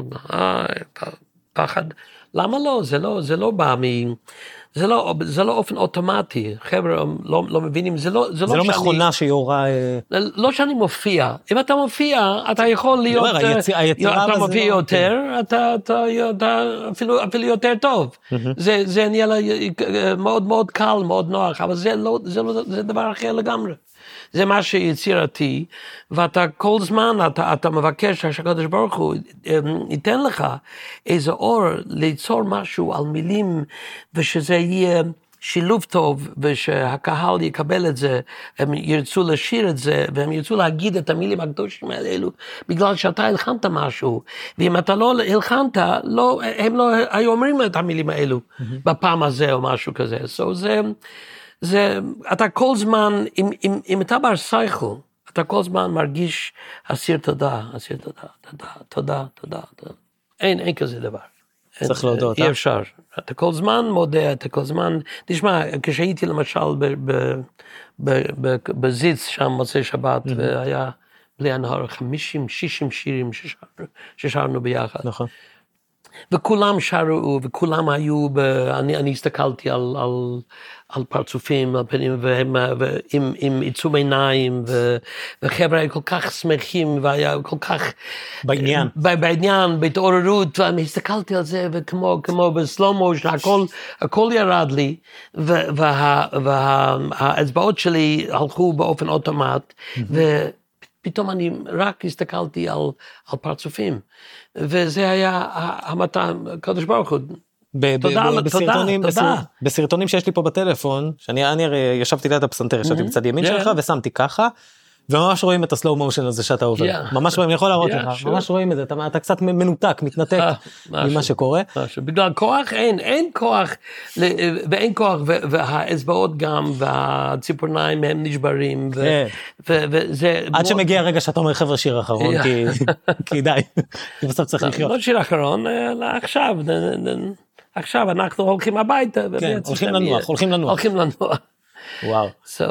C: פחד. למה לא? זה לא בא זה לא אופן אוטומטי, חבר'ה לא מבינים, זה לא
B: מכונה שיורה...
C: לא שאני מופיע, אם אתה מופיע, אתה יכול להיות, אתה מופיע יותר, אתה אפילו יותר טוב, זה נהיה מאוד מאוד קל, מאוד נוח, אבל זה דבר אחר לגמרי. זה מה שיצירתי, ואתה כל זמן, אתה מבקש שהקדוש ברוך הוא ייתן לך איזה אור, ליצור משהו על מילים, ושזה יהיה שילוב טוב, ושהקהל יקבל את זה, הם ירצו לשיר את זה, והם ירצו להגיד את המילים הקדושים האלו, בגלל שאתה הלחנת משהו, ואם אתה לא הלחנת, הם לא היו אומרים את המילים האלו, בפעם הזה או משהו כזה. So אתה כל זמן, אם אתה בר שכל, אתה כל זמן מרגיש אסיר תודה, תודה. אין כזה דבר.
B: צריך להודות.
C: אי אפשר. אתה כל זמן מודה, אתה כל זמן... תשמע, כשהייתי למשל בזיץ שם מוצאי שבת, והיה בלי הנהר 50-60 שירים ששרנו ביחד. נכון. וכולם שרו, וכולם היו, אני הסתכלתי על פרצופים, על פנים, עם עיצום עיניים, וחבר'ה היו כל כך שמחים, והיה כל כך... בעניין, בהתעוררות, ואני הסתכלתי על זה, וכמו בסלומו, הכל ירד לי, והאצבעות שלי הלכו באופן אוטומט, פתאום אני רק הסתכלתי על פרצופים, וזה היה המתן, קדוש ברוך הוא. תודה.
B: בסרטונים שיש לי פה בטלפון, שאני הרי ישבתי ליד הפסנתר, ישבתי בצד ימין שלך, ושמתי ככה, וממש רואים את הסלואו מושן הזה שאתה עובר. ממש רואים, אני יכול להראות לך, ממש רואים את זה, אתה קצת מנותק, מתנתק ממה שקורה.
C: בגלל כוח אין כוח, ואין כוח, והאצבעות גם, והציפורניים הם נשברים, וזה...
B: עד שמגיע הרגע שאתה אומר חבר'ה שיר אחרון, כי די, כי בסוף צריך לחיות.
C: לא שיר אחרון, עכשיו אנחנו הולכים הביתה.
B: כן, הולכים לנוח. וואו.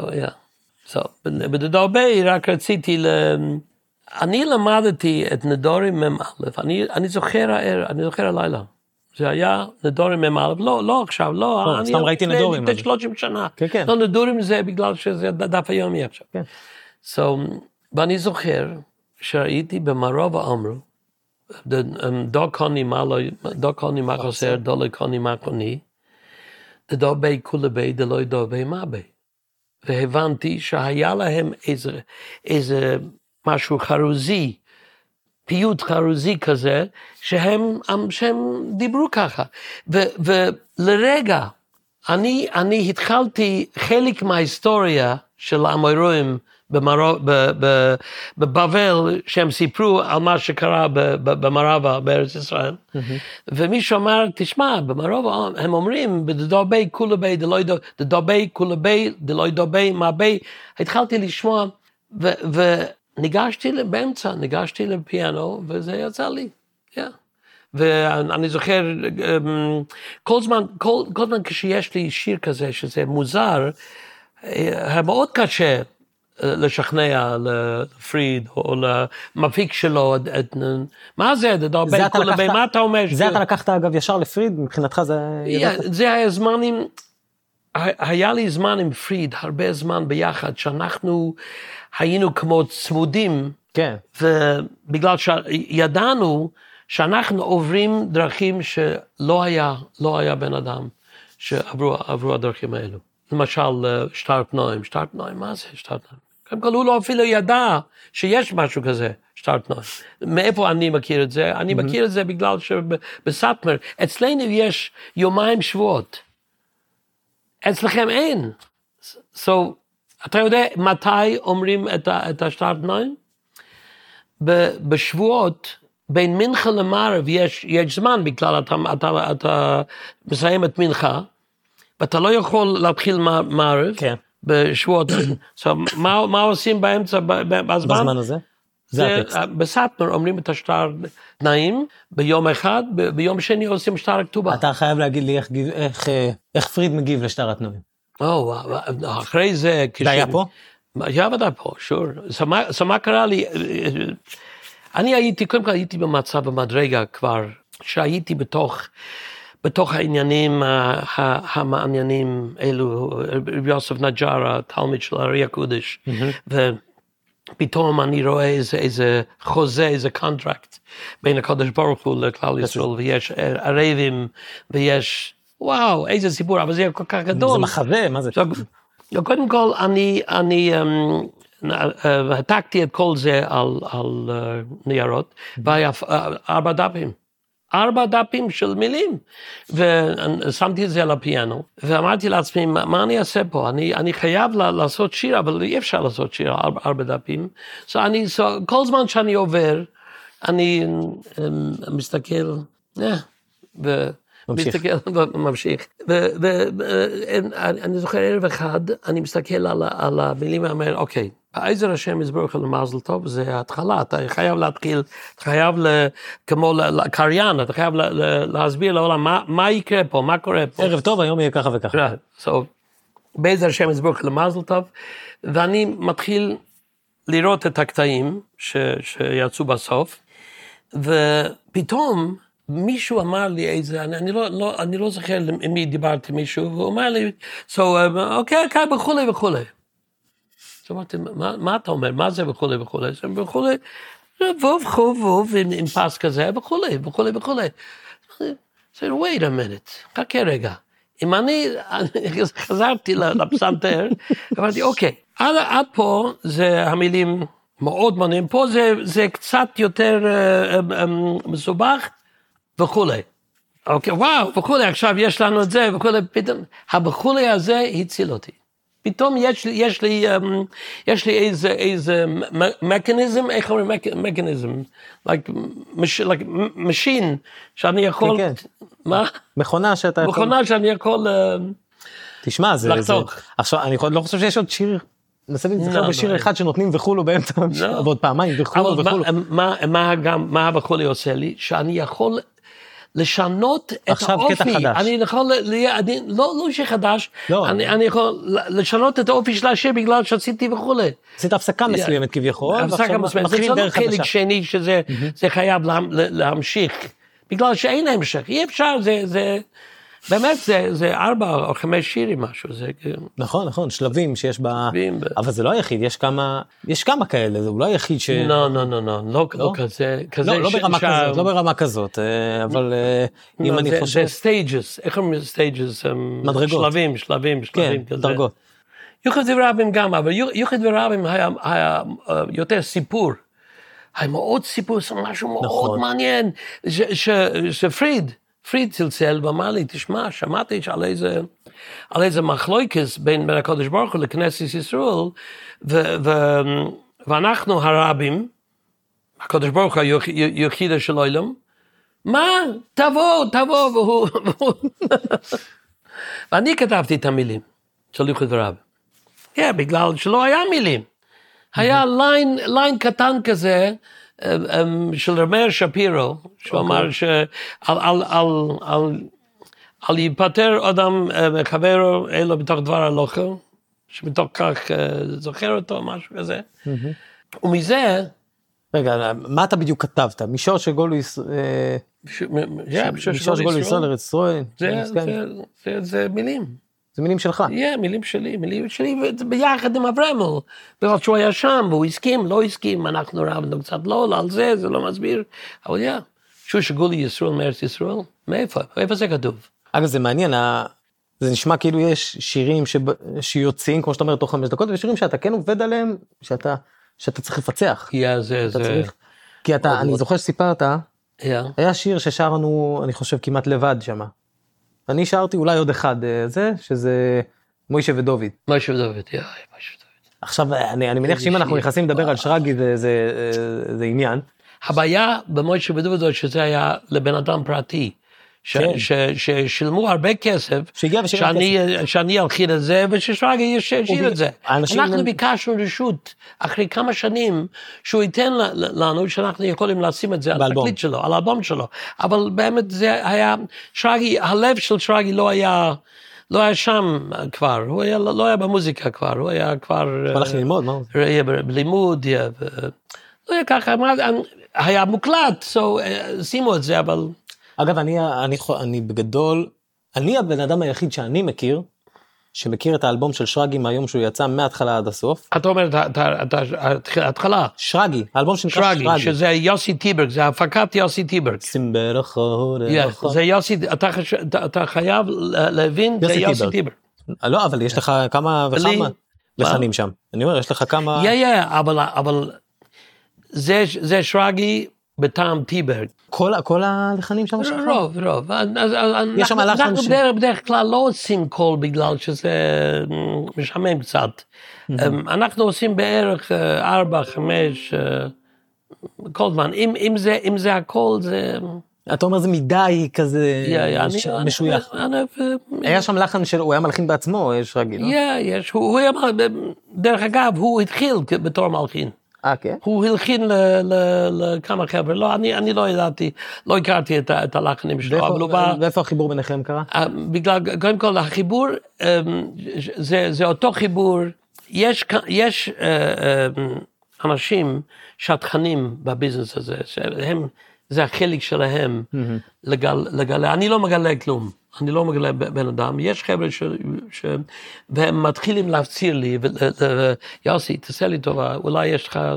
C: בדרבי רק רציתי אני למדתי את נדורים מ"א, אני זוכר הלילה. זה היה נדורים מ"א, לא עכשיו, לא.
B: סתם ראיתי נדורים.
C: לפני 30 שנה.
B: כן.
C: לא, נדורים זה בגלל שזה דף היומי עכשיו.
B: כן.
C: ואני זוכר שראיתי במרוב האמרו, דו קוני מה חסר, דו לא קוני מה קוני, דדובי כולבי דלוי דובי מה בי. והבנתי שהיה להם איזה משהו חרוזי, פיוט חרוזי כזה, שהם דיברו ככה. ולרגע, אני התחלתי חלק מההיסטוריה של האמוראים בבבל, שהם סיפרו על מה שקרה במערבה, בארץ ישראל. ומישהו אמר, תשמע, במערבה הם אומרים, דדובי כולבי דלוי דובי מה בי. התחלתי לשמוע, וניגשתי לפיאנו, וזה יצא לי. ואני זוכר, כל זמן כשיש לי שיר כזה, שזה מוזר, מאוד קשה לשכנע לפריד או למפיק שלו, מה זה? מה אתה אומר?
B: זה אתה לקחת אגב ישר לפריד, מבחינתך זה...
C: זה היה זמנים, היה לי זמן עם פריד, הרבה זמן ביחד, שאנחנו היינו כמו צמודים, ובגלל שידענו שאנחנו עוברים דרכים שלא היה בן אדם שעברו הדרכים האלו. למשל, שטארט נוים, מה זה שטארט נוים? קודם כל, הוא לא אפילו ידע שיש משהו כזה, שטארט נוים. מאיפה אני מכיר את זה? אני מכיר את זה בגלל שבסאטמר, אצלנו יש יומיים שבועות. אצלכם אין. אתה יודע מתי אומרים את השטארט נוים? בשבועות, בין מנחה למערב יש זמן, בגלל אתה מסיים את מנחה, ואתה לא יכול להתחיל מערב, בשבועות. מה עושים באמצע,
B: בזמן הזה? זה הטקסט.
C: בסאטמר אומרים את השטר נעים, ביום אחד, ביום שני עושים שטר הכתובה.
B: אתה חייב להגיד לי איך פריד מגיב לשטר התנועים.
C: אחרי זה...
B: זה היה פה?
C: היה ודאי פה, שור. מה קרה לי? אני הייתי במצב במדרגה כבר, שהייתי בתוך העניינים המעניינים אלו, רבי יוסף נג'רה, תלמיד של ארי הקודש, ופתאום אני רואה איזה חוזה, איזה קונטרקט, בין הקדוש ברוך הוא לכלל ישראל, ויש ערבים, ויש, וואו, איזה סיפור, אבל זה כל כך גדול.
B: זה מחווה, מה זה?
C: קודם כל, אני העתקתי את כל זה על ניירות, והיה 4 דפים. 4 דפים של מילים, ושמתי את זה על הפיאנו, ואמרתי לעצמי, מה אני אעשה פה? אני חייב לעשות שיר, אבל אי אפשר לעשות שיר 4 דפים, כל זמן שאני עובר, אני מסתכל, ממשיך. ואני זוכר ערב אחד, אני מסתכל על המילים ואומר, אוקיי, העזר השם יזברך למזל טוב, זה ההתחלה, אתה חייב להתחיל, אתה חייב כמו לקריין, אתה חייב להסביר לעולם מה יקרה פה, מה קורה פה.
B: ערב טוב, היום יהיה ככה וככה.
C: בעזר השם יזברך למזל טוב, ואני מתחיל לראות את הקטעים שיצאו בסוף, ופתאום מישהו אמר לי איזה, אני לא זוכר עם מי דיברתי מישהו, והוא אמר לי, אוקיי, וכולי וכולי. אז אמרתי, מה אתה אומר? מה זה וכולי וכולי? וכולי, ווב, עם פס כזה, וכולי וכולי וכולי. אז wait a minute, חכה רגע. אם אני חזרתי לפסנתר, אמרתי, אוקיי, עד פה זה המילים מאוד מעניינים, פה זה קצת יותר מסובך, וכולי. אוקיי, וואו, וכולי, עכשיו יש לנו את זה, וכולי, פתאום, הבכולי הזה הציל אותי. פתאום יש לי איזה מכניזם, איך אומרים מכניזם? like machine, שאני יכול, מה?
B: מכונה שאתה יכול.
C: מכונה שאני יכול
B: תשמע, זה, עכשיו, אני לא חושב שיש עוד שיר, נסה להזכר בשיר אחד שנותנים וכולו באמצע, ועוד פעמיים וכולו וכולו.
C: מה וכולי עושה לי? שאני יכול לשנות את האופי, אני יכול, לא שחדש, אני יכול לשנות את האופי של השיר בגלל שעשיתי וכולי.
B: עשית הפסקה מסוימת כביכול,
C: הפסקה מסוימת, זה לא חלק שני שזה חייב להמשיך, בגלל שאין המשך, אי אפשר, זה באמת זה 4 או 5 שירים משהו, זה
B: נכון, שלבים שיש בה, אבל זה לא היחיד, יש כמה כאלה, זה אולי היחיד ש...
C: לא כזה,
B: לא ברמה כזאת, אבל אם אני חושב...
C: זה סטייג'ס, איך אומרים סטייג'ס?
B: מדרגות.
C: שלבים.
B: כן, דרגות.
C: יוחד ורבים גם, אבל יוחד ורבים היה יותר סיפור, היה מאוד סיפור, משהו מאוד מעניין, פריד צלצל ואמר לי, תשמע, שמעתי על איזה מחלוקת בין הקדוש ברוך הוא לכנסת ישראל, ואנחנו הרבים, הקדוש ברוך הוא היחיד של העולם, מה? תבוא, ואני כתבתי את המילים של יוחד ורבים. בגלל שלא היה מילים. היה ליין קטן כזה, של רמר שפירו, שהוא אמר על ייפטר אדם חברו אלו בתוך דבר הלוכה, שמתוך כך זוכר אותו, משהו כזה. ומזה...
B: רגע, מה אתה בדיוק כתבת? מישור שגולו ישראל... מישור שגולו ישראל ארץ ישראל?
C: זה מילים.
B: זה מילים שלך.
C: מילים שלי ביחד עם אברמל, בגלל שהוא היה שם, והוא הסכים, לא הסכים, אנחנו רבנו קצת לא, על זה לא מסביר, אבל שהוא שגולי ישראל מארץ ישראל, מאיפה? איפה זה כתוב?
B: אגב, זה מעניין, זה נשמע כאילו יש שירים שיוצאים, כמו שאתה אומר, תוך 5 דקות, ושירים שאתה כן עובד עליהם, שאתה צריך לפצח. כי אני זוכר שסיפרת, היה שיר ששרנו, אני חושב, כמעט לבד שמה. אני שרתי אולי עוד אחד, שזה מוישה ודוד.
C: מוישה ודוד.
B: עכשיו, אני מניח שאם אנחנו נכנסים לדבר על שרגי, זה עניין.
C: הבעיה במוישה ודוד, שזה היה לבן אדם פרטי, ששילמו הרבה כסף, שאני אלחין את זה, וששרגי ישיר את זה. אנחנו ביקשנו רשות, אחרי כמה שנים, שהוא ייתן לנו, שאנחנו יכולים לשים את זה על התקליט שלו, על האלבום שלו. אבל באמת זה היה, שרגי, הלב של שרגי לא היה שם כבר, הוא לא היה במוזיקה כבר, הוא היה כבר...
B: הוא הלך ללמוד, מה?
C: בלימוד, לא היה ככה, היה מוקלט, שימו את זה, אבל...
B: אגב, אני בגדול, אני הבן אדם היחיד שאני מכיר, שמכיר את האלבום של שרגי מהיום שהוא יצא מההתחלה עד הסוף.
C: אתה אומר, ההתחלה?
B: שרגי, האלבום שנקרא שרגי.
C: שזה יוסי טיברג, זה הפקת יוסי טיברג.
B: סימברך
C: זה יוסי, אתה חייב להבין, זה יוסי טיברג.
B: לא, אבל יש לך כמה וכמה לחנים שם. אני אומר, יש לך כמה...
C: אבל זה שרגי... בטעם טיברג.
B: כל הלחנים שם שלך?
C: רוב.
B: יש שם לחן
C: אנחנו בדרך כלל לא עושים קול בגלל שזה משעמם קצת. אנחנו עושים בערך 4, 5, כל זמן. אם זה הכל, זה...
B: אתה אומר זה מדי כזה משוייך. היה שם לחן הוא היה מלחין בעצמו, יש רגיל, לא?
C: יש. דרך אגב, הוא התחיל בתור מלחין.
B: כן?
C: הוא הלחין לכמה חבר'ה, לא, אני לא ידעתי, לא הכרתי את הלחנים שלו, אבל הוא בא...
B: ואיפה החיבור ביניכם קרה?
C: בגלל, קודם כל, החיבור, זה אותו חיבור, יש אנשים שטחנים בביזנס הזה, זה החלק שלהם לגלה, אני לא מגלה כלום, אני לא מגלה בן אדם, יש חבר'ה והם מתחילים להפציר לי, יוסי, תעשה לי טובה, אולי יש לך...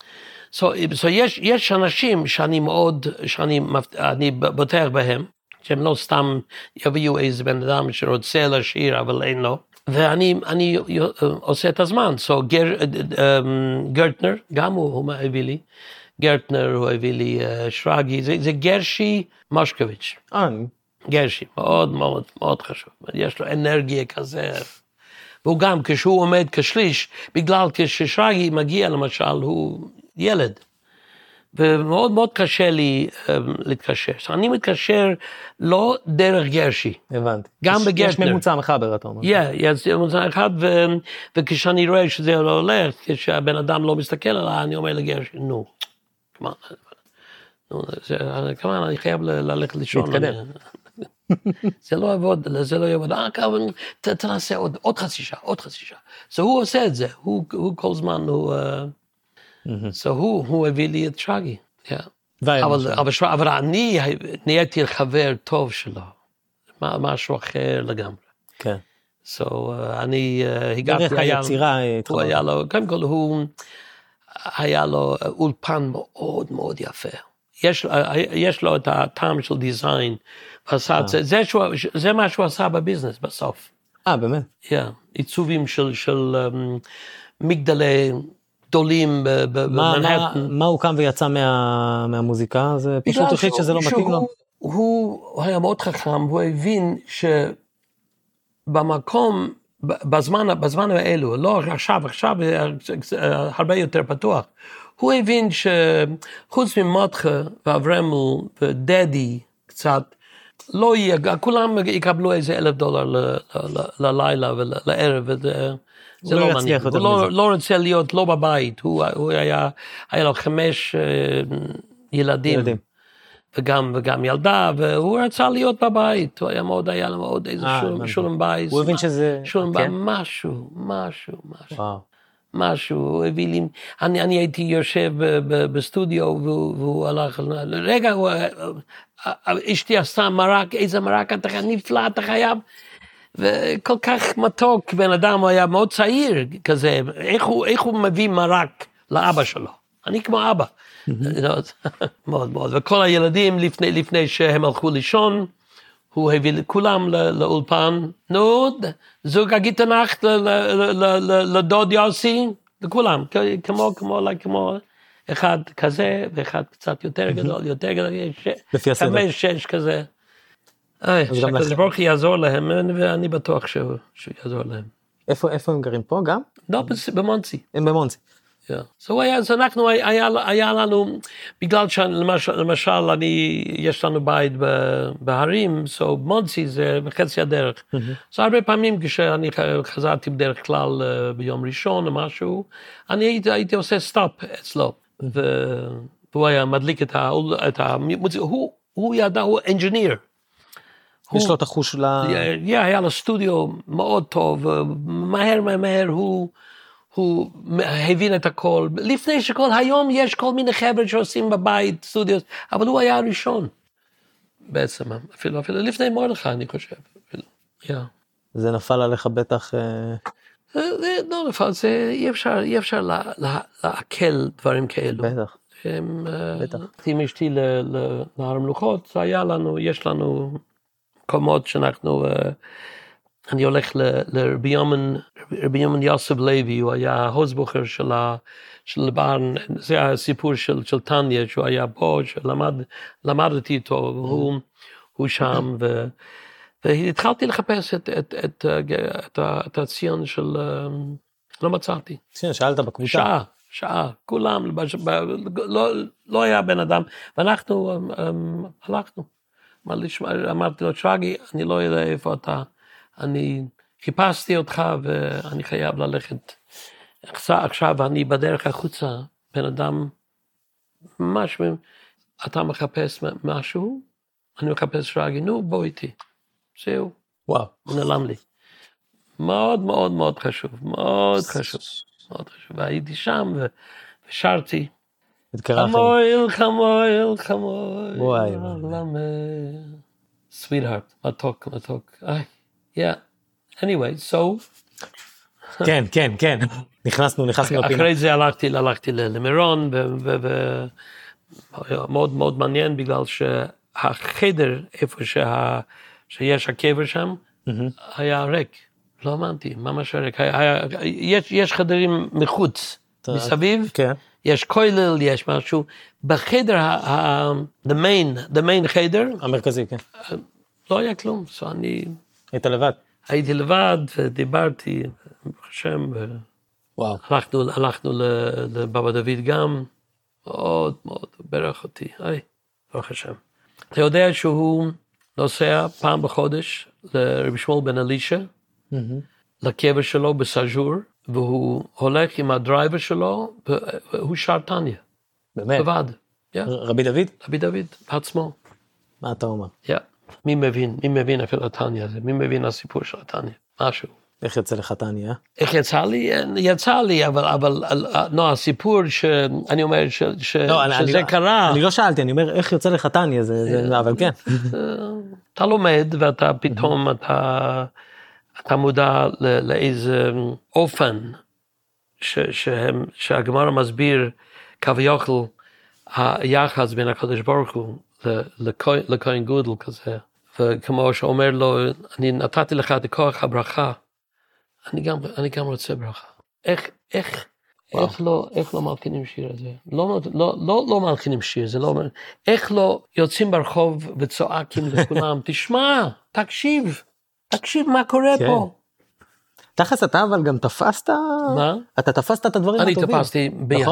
C: יש אנשים שאני בוטח בהם, שהם לא סתם יביאו איזה בן אדם שרוצה לשיר, אבל אין לו, ואני עושה את הזמן, גרטנר, גם הוא הביא לי, גרטנר, הוא הביא לי שרגי, זה גרשי מושקוביץ'. גרשי, מאוד מאוד מאוד חשוב. יש לו אנרגיה כזה. והוא גם, כשהוא עומד כשליש, בגלל כששרגי מגיע למשל, הוא ילד. ומאוד מאוד קשה לי להתקשר. אני מתקשר לא דרך גרשי.
B: הבנתי.
C: גם בגרטנר.
B: יש ממוצע מחבר, אתה אומר.
C: יש ממוצע אחד, וכשאני רואה שזה לא הולך, כשהבן אדם לא מסתכל עליי, אני אומר לגרשי, נו. כמובן, אני חייב ללכת לישון. זה לא יעבוד, זה לא יעבוד. תנסה עוד חצי שעה. So הוא עושה את זה, הוא כל זמן, הוא הביא לי את שרגי. אבל אני נהייתי חבר טוב שלו, משהו אחר לגמרי.
B: כן.
C: So אני הגעתי...
B: דרך היצירה...
C: הוא היה לו, קודם כל היה לו אולפן מאוד מאוד יפה. יש לו את הטעם של דיזיין, זה מה שהוא עשה בביזנס בסוף.
B: באמת?
C: עיצובים של מגדלי גדולים במנהטן.
B: מה הוא קם ויצא מהמוזיקה? זה פשוט החליט שזה לא מתאים לו?
C: הוא היה מאוד חכם, הוא הבין שבמקום, בזמן האלו, לא עכשיו הרבה יותר פתוח, הוא הבין שחוץ ממותחה ואברמל ודדי קצת, לא יהיה, כולם יקבלו איזה $1,000 ללילה ולערב, זה לא מעניין. הוא לא רוצה להיות לא בבית, הוא היה לו 5 ילדים, וגם ילדה, והוא רצה להיות בבית, הוא היה לו מאוד איזה שולם בייס.
B: הוא הבין שזה...
C: שולם בייס, משהו, הוא הביא לי, אני הייתי יושב בסטודיו, והוא הלך, רגע, אשתי עשתה מרק, איזה מרק אתה נפלא, אתה חייב, וכל כך מתוק, בן אדם הוא היה מאוד צעיר כזה, איך הוא מביא מרק לאבא שלו, אני כמו אבא, מאוד מאוד, וכל הילדים לפני שהם הלכו לישון, הוא הביא כולם לאולפן, נו, זוג הגיטנחט לדוד יוסי, לכולם, כמו אחד כזה, ואחד קצת יותר גדול,
B: לפי הסדר.
C: 5-6 כזה. שהקדוש ברוך הוא יעזור להם, ואני בטוח שהוא יעזור להם.
B: איפה הם גרים פה גם?
C: לא, במונסי.
B: הם במונסי.
C: אז אנחנו, היה לנו, בגלל שלמשל, יש לנו בית בהרים, מונסי זה בחצי הדרך. אז הרבה פעמים כשאני חזרתי בדרך כלל ביום ראשון או משהו, אני הייתי עושה סטופ אצלו, והוא היה מדליק את המוזיקה, הוא ידע, הוא אנג'יניר.
B: יש לו את החוש
C: היה לו סטודיו מאוד טוב, מהר הוא הבין את הכל, לפני שכל היום יש כל מיני חבר'ה שעושים בבית סטודיוס, אבל הוא היה הראשון, בעצם, אפילו לפני מרדכי, אני חושב,
B: זה נפל עליך בטח...
C: זה לא נפל, אי אפשר לעכל דברים כאלו.
B: בטח.
C: עם אשתי להר המלוכות, יש לנו מקומות שאנחנו אני הולך לרבי יומן יוסף לוי, הוא היה ההוסבוכר של ברן, זה הסיפור של טניה, שהוא היה פה, שלמדתי איתו, והוא שם, והתחלתי לחפש את הציון של, לא מצאתי.
B: שאלת בקבוצה.
C: שעה, כולם, לא היה בן אדם, ואנחנו הלכנו. אמרתי לו, שרגי, אני לא יודע איפה אתה, אני חיפשתי אותך ואני חייב ללכת. עכשיו אני בדרך החוצה, בן אדם, ממש, אתה מחפש משהו, אני מחפש שרגי, נו בוא איתי, זהו.
B: וואו.
C: הוא נעלם לי. מאוד מאוד מאוד חשוב, מאוד חשוב. והייתי שם ושרתי. חמויל.
B: וואי.
C: Sweetheart, מתוק. Yeah. Anyway, so.
B: כן. נכנסנו לפינה.
C: אחרי זה הלכתי למירון, מאוד מאוד מעניין, בגלל שהחדר, איפה שיש הקבר שם, היה ריק. לא האמנתי, ממש ריק. יש חדרים מחוץ, מסביב, יש כולל, יש משהו. בחדר, the main חדר,
B: המרכזי, כן.
C: לא היה כלום,
B: היית לבד?
C: הייתי לבד, ודיברתי, בשם, הלכנו לבבא דוד גם, מאוד מאוד, ברך אותי, ברוך השם. אתה יודע שהוא נוסע פעם בחודש לרבי שמואל בן אלישע, לקבר שלו בסאג'ור, והוא הולך עם הדרייבר שלו, והוא שר טניה.
B: באמת?
C: לבד.
B: רבי דוד?
C: רבי דוד, בעצמו.
B: מה אתה אומר?
C: מי מבין אפילו הטניה הזה? מי מבין הסיפור של הטניה? משהו.
B: איך יצא לך טניה?
C: איך יצא לי? יצא לי, אבל לא, הסיפור שאני אומר שזה קרה.
B: אני לא שאלתי, אני אומר איך יוצא לך טניה, אבל כן.
C: אתה לומד ואתה פתאום אתה מודע לאיזה אופן שהגמרא מסביר כביכול היחס בין הקדוש ברוך הוא לכהן גודל כזה, וכמו שאומר לו, אני נתתי לך את כוח הברכה, אני גם רוצה ברכה. איך לא מלחינים שיר הזה? לא מלחינים שיר, זה לא אומר, איך לא יוצאים ברחוב וצועקים לכולם, תשמע, תקשיב מה קורה פה.
B: תכף אתה אבל גם תפסת,
C: מה?
B: אתה תפסת את הדברים הטובים.
C: אני תפסתי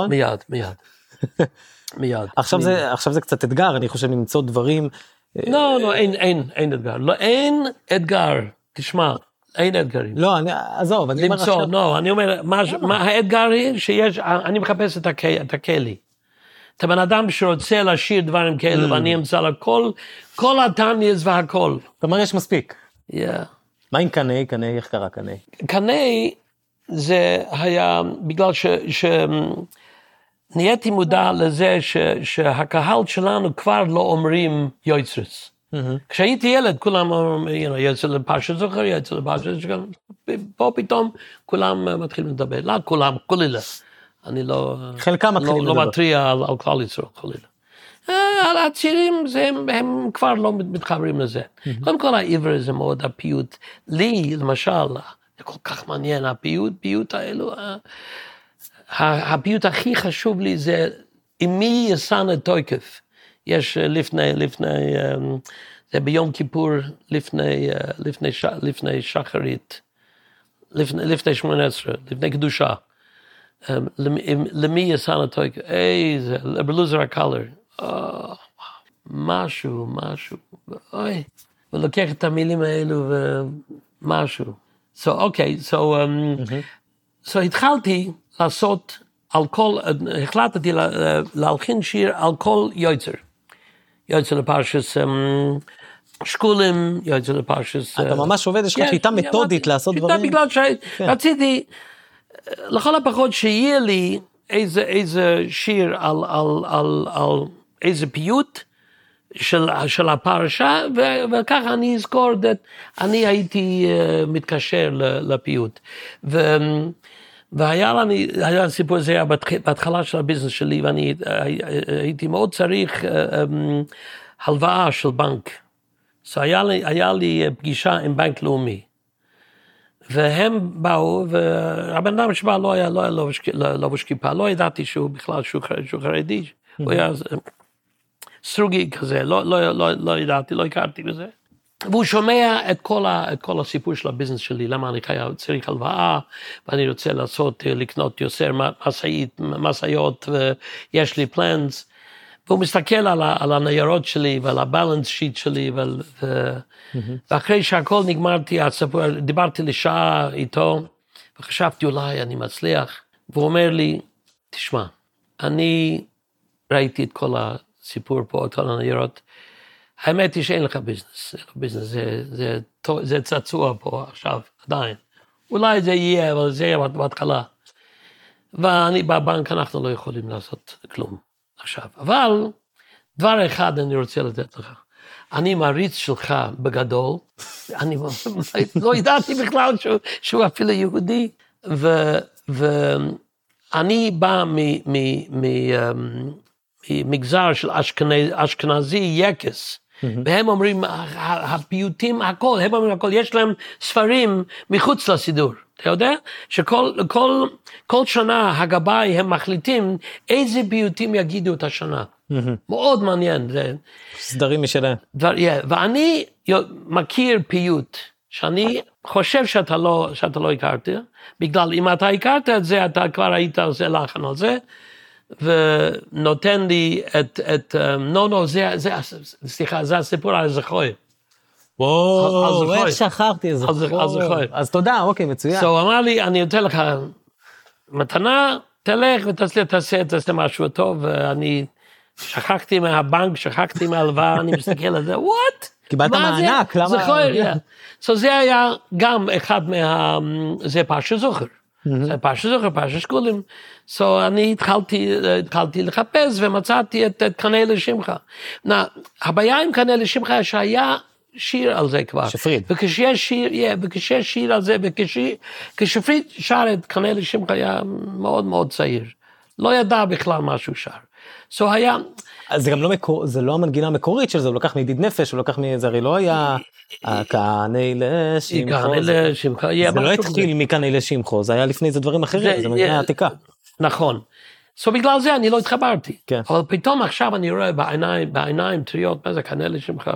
C: מיד.
B: עכשיו זה קצת אתגר, אני חושב למצוא דברים.
C: לא, אין אתגר. לא, אין אתגר. תשמע, אין אתגרים.
B: לא, עזוב, אני אומר עכשיו.
C: לא, אני אומר, מה האתגר היא שיש, אני מחפש את הכלי. אתה בן אדם שרוצה להשאיר דברים כאלה, ואני אמצא לכל, כל הטניאס והכל.
B: כלומר, יש מספיק. מה עם קני? איך קרה קני?
C: קני זה היה בגלל נהייתי מודע לזה שהקהל שלנו כבר לא אומרים יוצרס. כשהייתי ילד, כולם אומרים, יוצא לפרשת זוכר, יוצא לפרשת זוכר, פה פתאום כולם מתחילים לדבר. לא כולם, כולל. אני לא מטריע על כלל ישראל, כולל. הצעירים הם כבר לא מתחברים לזה. קודם כל העבר זה מאוד הפיוט. לי, למשל, זה כל כך מעניין, הפיוט האלו, הפיוט הכי חשוב לי זה, עם מי יסן את תוקף. יש זה ביום כיפור, לפני שחרית, לפני 18, לפני קדושה. למי יסן את תוקף? זה בלוזר הקלר. משהו, ולוקח את המילים האלו ומשהו. So התחלתי לעשות על כל, החלטתי להלחין שיר על כל יוצר. יוצר לפרשס שקולים, יוצר לפרשס...
B: אתה ממש עובד, יש לך שיטה מתודית לעשות דברים.
C: בגלל שרציתי, לכל הפחות שיהיה לי איזה שיר על איזה פיוט של הפרשה, וככה אני אזכור אני הייתי מתקשר לפיוט. והיה סיפור זה היה בהתחלה של הביזנס שלי, ואני הייתי מאוד צריך הלוואה של בנק. היה לי פגישה עם בנק לאומי. והם באו, והבן אדם שבא לא היה לבוש כיפה, לא ידעתי שהוא בכלל, שהוא חרדי, הוא היה סרוגי כזה, לא ידעתי, לא הכרתי בזה. והוא שומע את כל הסיפור של הביזנס שלי, למה אני צריך הלוואה, ואני רוצה לקנות יוסר מסעיות, ויש לי פלנס, והוא מסתכל על הניירות שלי, ועל הבלנס שיט שלי, ואחרי שהכל נגמרתי, דיברתי לשעה איתו, וחשבתי אולי אני מצליח, והוא אומר לי, תשמע, אני ראיתי את כל הסיפור פה, את כל הניירות, האמת היא שאין לך ביזנס, זה צעצוע פה עכשיו, עדיין. אולי זה יהיה, אבל זה יהיה בהתחלה. ואני בבנק, אנחנו לא יכולים לעשות כלום עכשיו. אבל דבר אחד אני רוצה לתת לך. אני מעריץ שלך בגדול, אני לא ידעתי בכלל שהוא אפילו יהודי, ואני בא ממגזר של אשכנזי יקס, והם אומרים, הפיוטים, הכל, הם אומרים הכל, יש להם ספרים מחוץ לסידור. אתה יודע? שכל שנה הגבאי הם מחליטים איזה פיוטים יגידו את השנה. מאוד מעניין.
B: סדרים משלהם.
C: ואני מכיר פיוט, שאני חושב שאתה לא הכרת, בגלל אם אתה הכרת את זה, אתה כבר היית עושה לחן על זה, ונותן לי סליחה, זה הסיפור על הזכוי.
B: וואו, איך שכחתי את זה. אז תודה, אוקיי, מצוין.
C: אז הוא אמר לי, אני נותן לך מתנה, תלך ותעשה משהו טוב, ואני שכחתי מהבנק, שכחתי מהלוואה, אני מסתכל על זה, what?
B: קיבלת מענק, למה?
C: זכוי, זה היה גם אחד זה פרשת זוכר. זה פרשת זוכר, פרשת שקולים. אני התחלתי לחפש ומצאתי את קנה לשמחה. הבעיה עם קנה לשמחה שהיה שיר על זה כבר.
B: שפריד.
C: וכשיש שיר על זה, וכשפריד שר את קנה לשמחה היה מאוד מאוד צעיר. לא ידע בכלל משהו שר. היה...
B: אז זה גם לא המנגינה המקורית של זה, הוא לקח מידיד נפש, הוא לקח זה הרי לא היה קנה לשמחו. זה לא התחיל מקנה לשמחו, זה היה לפני זה דברים אחרים, זה מנגינה עתיקה.
C: נכון. בגלל זה אני לא התחברתי.
B: כן.
C: אבל פתאום עכשיו אני רואה בעיניים טריות, מה זה קנה לשמך,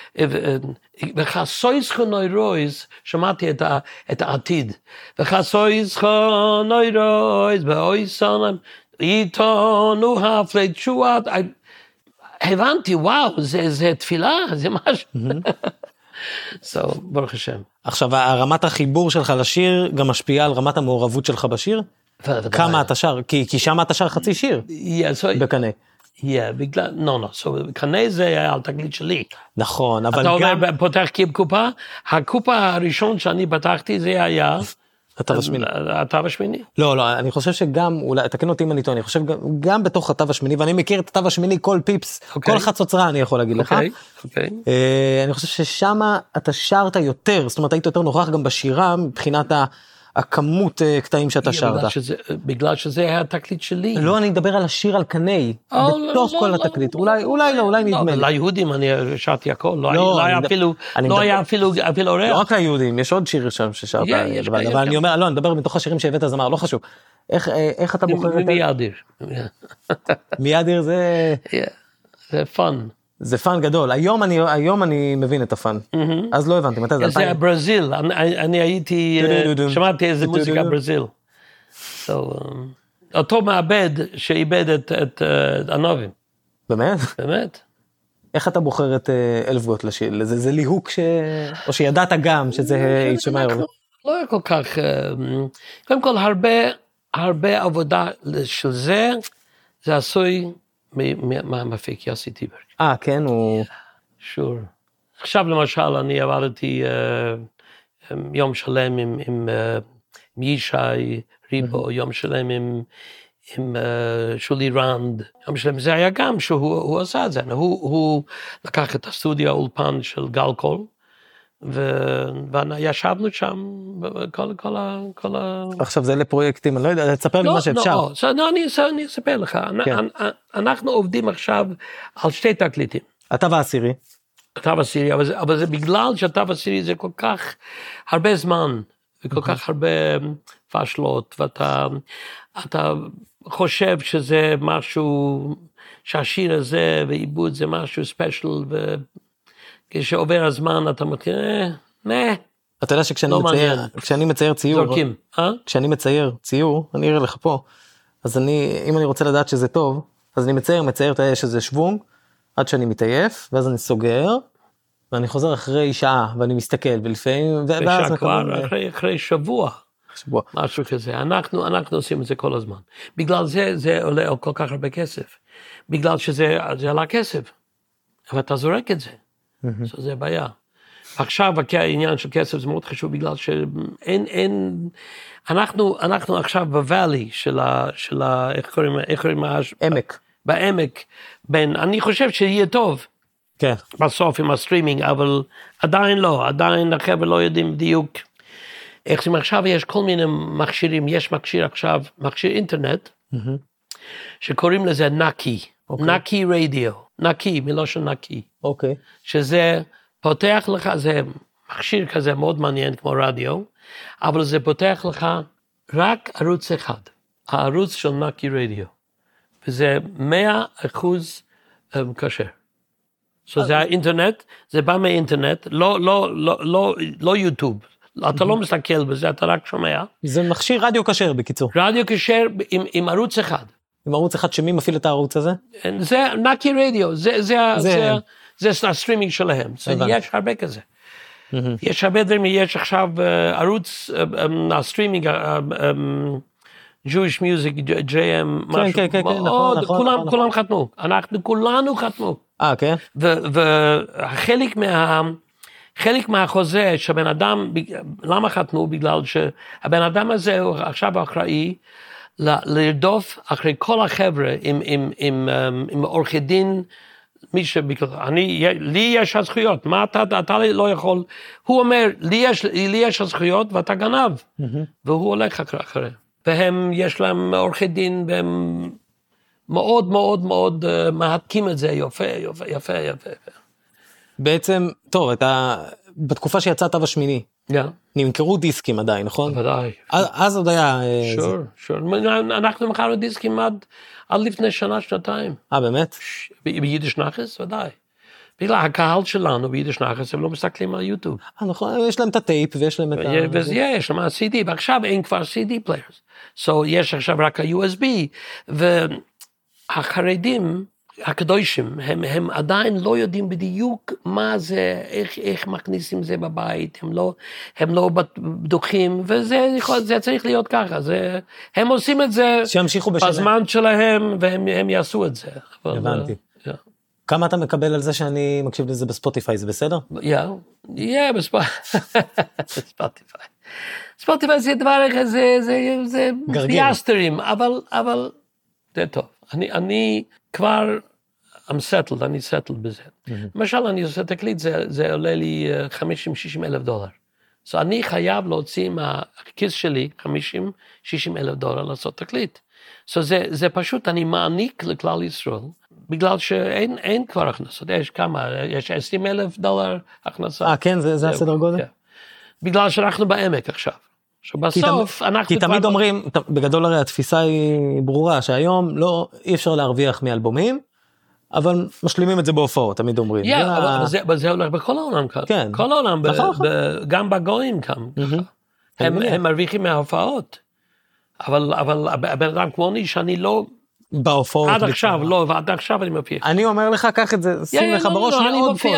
C: וחסויס חונוירויז, שמעתי את העתיד, וחסויס חונוירויז, ואוי סונם, איתנו הפלי תשועת, הבנתי, וואו, זה תפילה, זה משהו. ברוך השם.
B: עכשיו, רמת החיבור שלך לשיר גם משפיעה על רמת המעורבות שלך בשיר? כמה אתה שר? כי שם אתה שר חצי שיר בקנה.
C: בגלל, קנה זה היה על תגלית שלי.
B: נכון, אבל
C: גם... אתה
B: גם...
C: אומר, פותח קופה, הקופה הראשון שאני פתחתי זה היה...
B: התו השמיני.
C: התו השמיני?
B: לא, אני חושב שגם, אולי, תקן אותי אם אני טועה, אני חושב גם בתוך התו השמיני, ואני מכיר את התו השמיני, כל פיפס, כל חצוצרה אני יכול להגיד לך. אני חושב ששם אתה שרת יותר, זאת אומרת, היית יותר נוכח גם בשירה, מבחינת הכמות קטעים שאתה שרת.
C: בגלל שזה היה התקליט שלי.
B: לא, אני מדבר על השיר על קנאי, בתוך כל התקליט. אולי נדמה לי.
C: ליהודים אני שרתי הכל, לא היה אפילו אורח.
B: לא רק ליהודים, יש עוד שיר שם ששרת. אבל אני אומר, לא, אני מדבר מתוך השירים שהבאת הזמר, לא חשוב. איך אתה בוחר את...
C: מיאדיר.
B: מיאדיר זה...
C: זה פאן.
B: זה פאן גדול. היום אני מבין את הפאן. אז לא הבנתי, מתי זה?
C: זה ברזיל. אני הייתי, שמעתי איזה מוזיקה ברזיל. אותו מעבד שאיבד את הנובים.
B: באמת?
C: באמת.
B: איך אתה בוחר את אלף-גוט לשיר? זה ליהוק או שידעת גם שזה יישמע יותר?
C: לא היה כל כך... קודם כל, הרבה עבודה של זה עשוי מהמפיק יוסי טיברג.
B: כן, הוא...
C: שור. עכשיו למשל אני עבדתי יום שלם עם ישי ריבו, יום שלם עם שולי רנד, יום שלם זה היה גם שהוא עשה את זה, הוא לקח את הסטודיו האולפן של גל קול, וישבנו שם כל ה...
B: עכשיו זה לפרויקטים, אני לא יודע, תספר לי מה שאפשר.
C: לא, אני אספר לך, אנחנו עובדים עכשיו על שתי תקליטים.
B: התו העשירי.
C: התו העשירי, אבל זה בגלל שהתו העשירי זה כל כך הרבה זמן, וכל כך הרבה פשלות, ואתה חושב שזה משהו, שהשיר הזה ועיבוד זה משהו ספיישל, וכשעובר הזמן אתה מתחיל,
B: אתה יודע שכשאני מצייר ציור,
C: זורקים,
B: כשאני מצייר ציור, אני אראה לך פה, אז אם אני רוצה לדעת שזה טוב, אז אני מצייר את האש הזה שוונג, עד שאני מתעייף, ואז אני סוגר, ואני חוזר אחרי שעה, ואני מסתכל, ולפעמים, ואז
C: אחרי שבוע, משהו כזה. אנחנו עושים את זה כל הזמן. בגלל זה עולה כל כך הרבה כסף. בגלל שזה עלה כסף. אבל אתה זורק את זה. זה בעיה. עכשיו, העניין של כסף זה מאוד חשוב, בגלל שאין, אנחנו עכשיו בוואלי של איך קוראים
B: עמק.
C: בעמק, אני חושב שיהיה טוב.
B: כן.
C: בסוף עם הסטרימינג, אבל עדיין לא, עדיין החבר'ה לא יודעים בדיוק. איך זה עכשיו יש כל מיני מכשירים, יש מכשיר אינטרנט, שקוראים לזה נקי, נקי רדיו, נקי, מלושן נקי.
B: אוקיי.
C: שזה פותח לך, זה מכשיר כזה מאוד מעניין כמו רדיו, אבל זה פותח לך רק ערוץ אחד, הערוץ של נקי רדיו, וזה 100% כשר. זה האינטרנט, זה בא מהאינטרנט, לא יוטיוב, אתה לא מסתכל בזה, אתה רק שומע.
B: זה מכשיר רדיו כשר בקיצור.
C: רדיו כשר עם ערוץ אחד.
B: עם ערוץ אחד, שמי מפעיל את הערוץ הזה?
C: זה נקי רדיו, זה הסטרימינג שלהם, יש הרבה כזה. יש הרבה דברים, יש עכשיו ערוץ הסטרימינג, Jewish Music, JM, משהו, מאוד, כולם חתמו, אנחנו כולנו חתמו.
B: כן?
C: חלק מהחוזה שהבן אדם, למה חתנו? בגלל שהבן אדם הזה הוא עכשיו אחראי לרדוף אחרי כל החבר'ה עם עורכי דין, לי יש הזכויות, מה אתה לא יכול, הוא אומר, לי יש הזכויות ואתה גנב, והוא הולך אחרי. והם, יש להם עורכי דין, והם מאוד מאוד מאוד מהתקים את זה, יפה.
B: בעצם, טוב, בתקופה שיצא התו השמיני, נמכרו דיסקים עדיין, נכון?
C: ודאי.
B: אז עוד היה...
C: שור. אנחנו מכרנו דיסקים עד לפני שנתיים.
B: באמת?
C: ביידיש נחס, ודאי. בגלל הקהל שלנו ביידיש נחס, הם לא מסתכלים על יוטיוב.
B: נכון, יש להם את הטייפ ויש להם את
C: יש להם ה-CD, ועכשיו אין כבר CD פליירס. יש עכשיו רק ה-USB, והחרדים, הקדושים, הם עדיין לא יודעים בדיוק מה זה, איך מכניסים זה בבית, הם לא בטוחים, וזה צריך להיות ככה, הם עושים את זה בזמן שלהם, והם יעשו את זה.
B: הבנתי. כמה אתה מקבל על זה שאני מקשיב לזה בספוטיפיי, זה בסדר?
C: בספוטיפיי. ספוטיפיי זה דבר, זה פיאסטרים, אבל זה טוב. אני כבר, אני settled בזה. למשל, אני עושה תקליט, זה עולה לי $50,000-60,000. אז אני חייב להוציא מהכיס שלי $50,000-60,000 לעשות תקליט. זה פשוט, אני מעניק לכלל ישראל, בגלל שאין כבר הכנסות, יש כמה, יש $20,000 הכנסה.
B: כן, זה הסדר גודל?
C: בגלל שאנחנו בעמק עכשיו. שבסוף אנחנו...
B: כי תמיד אומרים, בגדול הרי התפיסה היא ברורה, שהיום אי אפשר להרוויח מאלבומים, אבל משלימים את זה בהופעות, תמיד אומרים.
C: אבל זה הולך בכל העולם כאן.
B: כן.
C: כל העולם, גם בגויים כאן. הם מרוויחים מההופעות. אבל הבן אדם כמוני שאני לא...
B: בהופעות.
C: עד עכשיו אני מופיע.
B: אני אומר לך, קח את זה, שים לך בראש מאוד קול.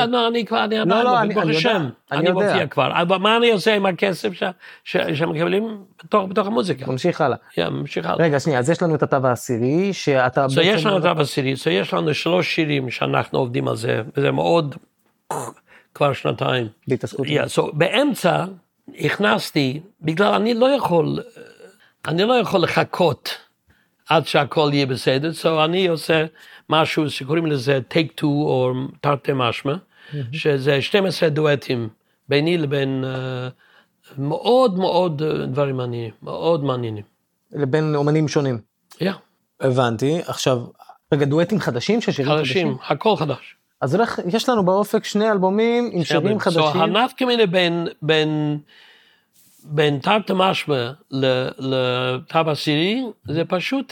C: אני מופיע כבר. אבל מה אני עושה עם הכסף שמקבלים בתוך המוזיקה?
B: ממשיך הלאה. רגע, שנייה, אז יש לנו את התו העשירי, שאתה...
C: יש לנו את התו העשירי, יש לנו 3 שירים שאנחנו עובדים על זה, וזה מאוד, כבר שנתיים.
B: בהתעסקות.
C: באמצע הכנסתי, בגלל אני לא יכול לחכות, עד שהכל יהיה בסדר, אני עושה משהו שקוראים לזה Take Two או תרתי משמע, שזה 12 דואטים ביני לבין מאוד מאוד דברים מעניינים, מאוד מעניינים.
B: לבין אומנים שונים. הבנתי, עכשיו, רגע, דואטים חדשים?
C: חדשים, הכל חדש.
B: אז יש לנו באופק 2 אלבומים עם שירים חדשים.
C: הנפקא מינה בין בין תרתי משמע לתו עשירי, זה פשוט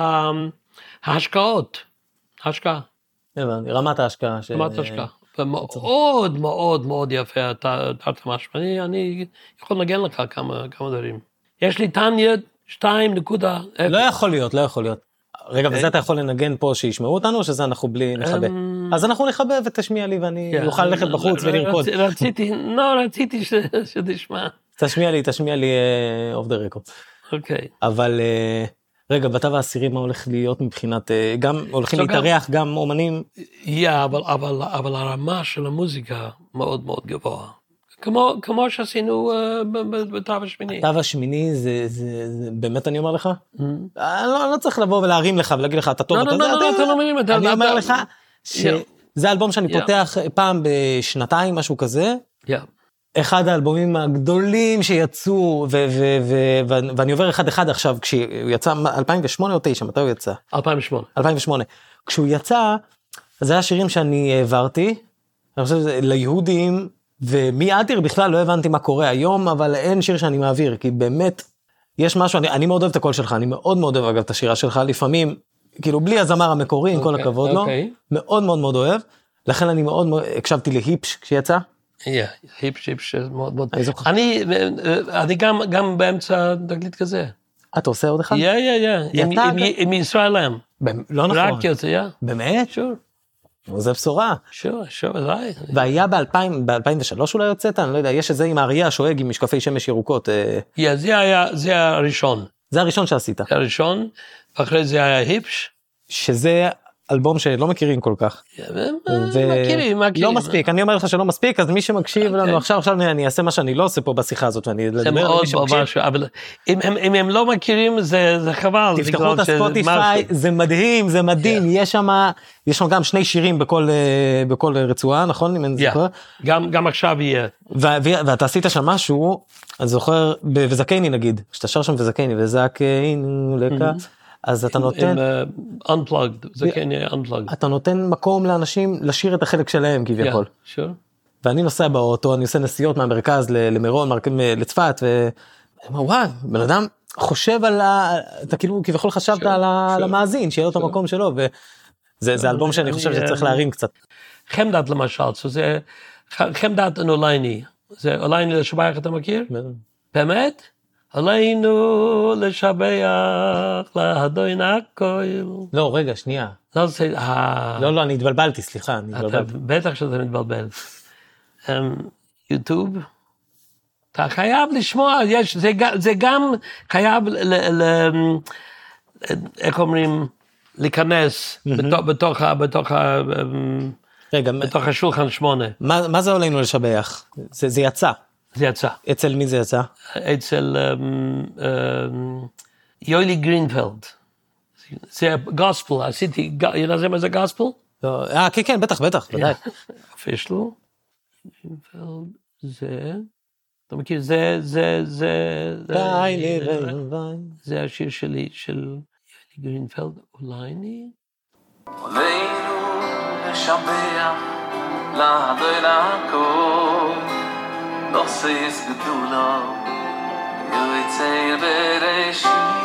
C: ההשקעות. ההשקעה.
B: הבנתי, רמת ההשקעה.
C: רמת ההשקעה. ומאוד מאוד מאוד יפה, תרתי משמע. אני יכול לנגן לך כמה דברים. יש לי טניה 2.0.
B: לא יכול להיות. רגע, וזה אתה יכול לנגן פה שישמעו אותנו, או שזה אנחנו בלי נחבא? אז אנחנו נחבא ותשמיע לי, ואני אוכל ללכת בחוץ ולרקוד.
C: רציתי שתשמע.
B: תשמיע לי אוף דה רקורד.
C: אוקיי.
B: אבל רגע, בתו העשירי מה הולך להיות מבחינת, גם הולכים להתארח, גם אומנים?
C: אבל הרמה של המוזיקה מאוד מאוד גבוהה. כמו שעשינו בתו השמיני.
B: התו השמיני זה באמת אני אומר לך? אני לא צריך לבוא ולהרים לך ולהגיד לך, אתה טוב, אתה
C: לא מרים.
B: אני אומר לך שזה אלבום שאני פותח פעם בשנתיים, משהו כזה. אחד האלבומים הגדולים שיצאו, ואני עובר אחד עכשיו, כשהוא יצא 2008 או 2009, מתי הוא יצא? 2008. כשהוא יצא, זה היה שירים שאני העברתי, אני חושב שזה ליהודים, ומאדיר בכלל לא הבנתי מה קורה היום, אבל אין שיר שאני מעביר, כי באמת יש משהו, אני מאוד אוהב את הקול שלך, אני מאוד מאוד אוהב אגב את השירה שלך, לפעמים, כאילו בלי הזמר המקורי, עם כל הכבוד לו, מאוד מאוד מאוד אוהב, לכן אני מאוד מאוד, הקשבתי להיפש כשיצא.
C: היפש, מאוד מאוד. אני גם באמצע תקליט כזה.
B: אתה עושה עוד אחד?
C: עם ישראל להם.
B: לא נכון.
C: רק יוצא,
B: באמת?
C: שור.
B: זה בשורה.
C: שור, ודאי.
B: והיה ב-2003 אולי יוצאת, אני לא יודע, יש את זה עם האריה השואג עם משקפי שמש ירוקות.
C: זה הראשון.
B: זה הראשון שעשית.
C: זה הראשון, ואחרי זה היה היפש.
B: שזה אלבום שלא מכירים כל כך.
C: מכירים.
B: לא מספיק, אני אומר לך שלא מספיק, אז מי שמקשיב לנו עכשיו אני אעשה מה שאני לא עושה פה בשיחה הזאת, ואני אדבר על מי שמקשיב.
C: אבל אם הם לא מכירים, זה חבל.
B: תפתחו את הספוטיפיי, זה מדהים, זה מדהים, יש שם גם 2 שירים בכל רצועה, נכון?
C: גם עכשיו יהיה.
B: ואתה עשית שם משהו, אני זוכר, וזקני נגיד, שאתה שר שם וזקני, וזקנו לקה, אז אתה נותן
C: unplugged, זה כן יהיה unplugged.
B: אתה נותן מקום לאנשים לשיר את החלק שלהם כביכול. ואני נוסע באוטו, אני עושה נסיעות מהמרכז למירון, לצפת, וואי, בן אדם חושב על אתה כאילו כביכול חשבת על המאזין, שיהיה לו את המקום שלו, וזה אלבום שאני חושב שצריך להרים קצת.
C: חמדת למשל, זה חמדת אולייני, זה אולייני לשבח אתה מכיר? באמת? עלינו לשבח לאדון הכל.
B: לא, רגע, שנייה. לא, אני התבלבלתי, סליחה.
C: בטח שאתה מתבלבל. יוטיוב, אתה חייב לשמוע, זה גם חייב, איך אומרים, להיכנס בתוך השולחן 8.
B: מה זה עלינו לשבח? זה יצא.
C: זה יצא.
B: אצל מי זה יצא?
C: אצל יולי גרינפלד. זה גוספל, עשיתי, יודע מה זה גוספל?
B: כן, בטח, ודאי.
C: יש לו. גרינפלד, זה, אתה מכיר, זה השיר שלי, של יולי גרינפלד, אולייני.
D: עלינו לשבח לאדון הכל. נוסס גדולה, יוצא בראשית,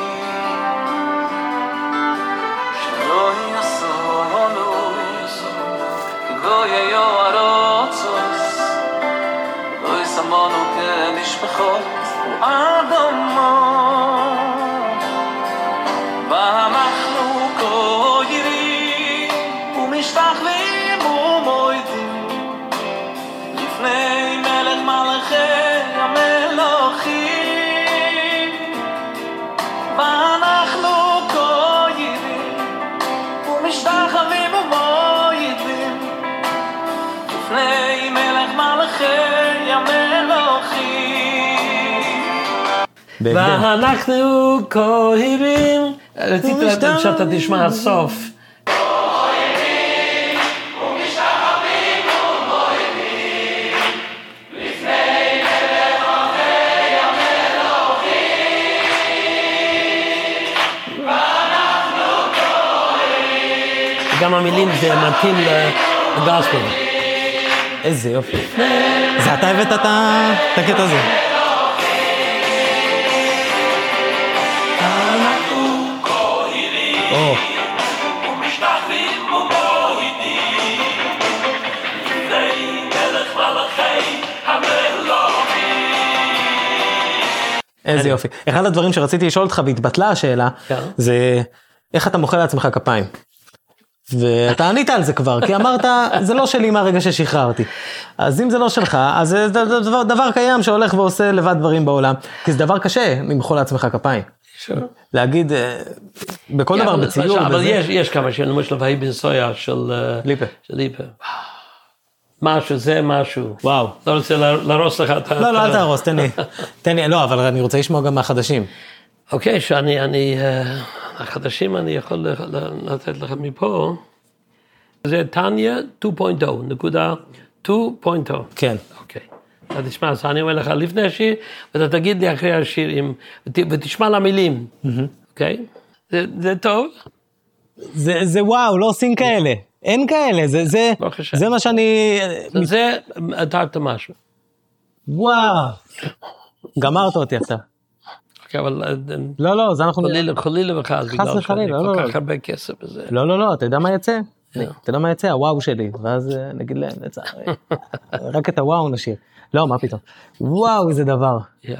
D: שלא יסולוס, כגוי יוערוצוס, לא יסמונו כמשפחות ואדמות, ואנחנו קוירים ומשתחווים ומוידים לפני מלך מלכי המלוכים, ואנחנו קוירים ומשתחווים ומוידים לפני מלך מלכי המלוכים,
C: ואנחנו קוירים. רציתי שאתה תשמע הסוף. גם המילים זה מתאים לגוספל.
B: איזה יופי. זה אתה הבאת את הקטע הזה.
D: ומשתחווים ומורידים לפני מלך מלכי המלוכים.
B: איזה יופי. אחד הדברים שרציתי לשאול אותך והתבטלה השאלה, זה איך אתה מוחא לעצמך כפיים. ואתה ענית על זה כבר, כי אמרת, זה לא שלי מהרגע ששחררתי. אז אם זה לא שלך, אז זה דבר קיים שהולך ועושה לבד דברים בעולם, כי זה דבר קשה למחוא לעצמך כפיים. להגיד, בכל דבר בציור.
C: אבל יש כמה שנים, למשל, והי בן סויה של ליפה. משהו, זה משהו.
B: וואו.
C: לא רוצה להרוס לך את...
B: לא, אל תהרוס, תן לי, לא, אבל אני רוצה לשמוע גם מהחדשים.
C: אוקיי, החדשים אני יכול לתת לך מפה. זה טניה 2.0, נקודה 2.0.
B: כן.
C: אוקיי. אתה תשמע, אז אני אומר לך לפני השיר, ואתה תגיד לי אחרי השיר, ותשמע למילים. אוקיי? זה טוב?
B: זה וואו, לא עושים כאלה. אין כאלה, זה מה שאני...
C: זה, אתה משהו.
B: וואו. גמרת אותי עכשיו.
C: אבל...
B: לא, זה אנחנו...
C: חלילה וחס, בגלל שאני כל כך הרבה כסף בזה.
B: לא, אתה יודע מה יצא? אתה יודע מה יצא? הוואו שלי, ואז נגיד להם, רק את הוואו נשאיר. לא, מה פתאום? וואו, איזה דבר.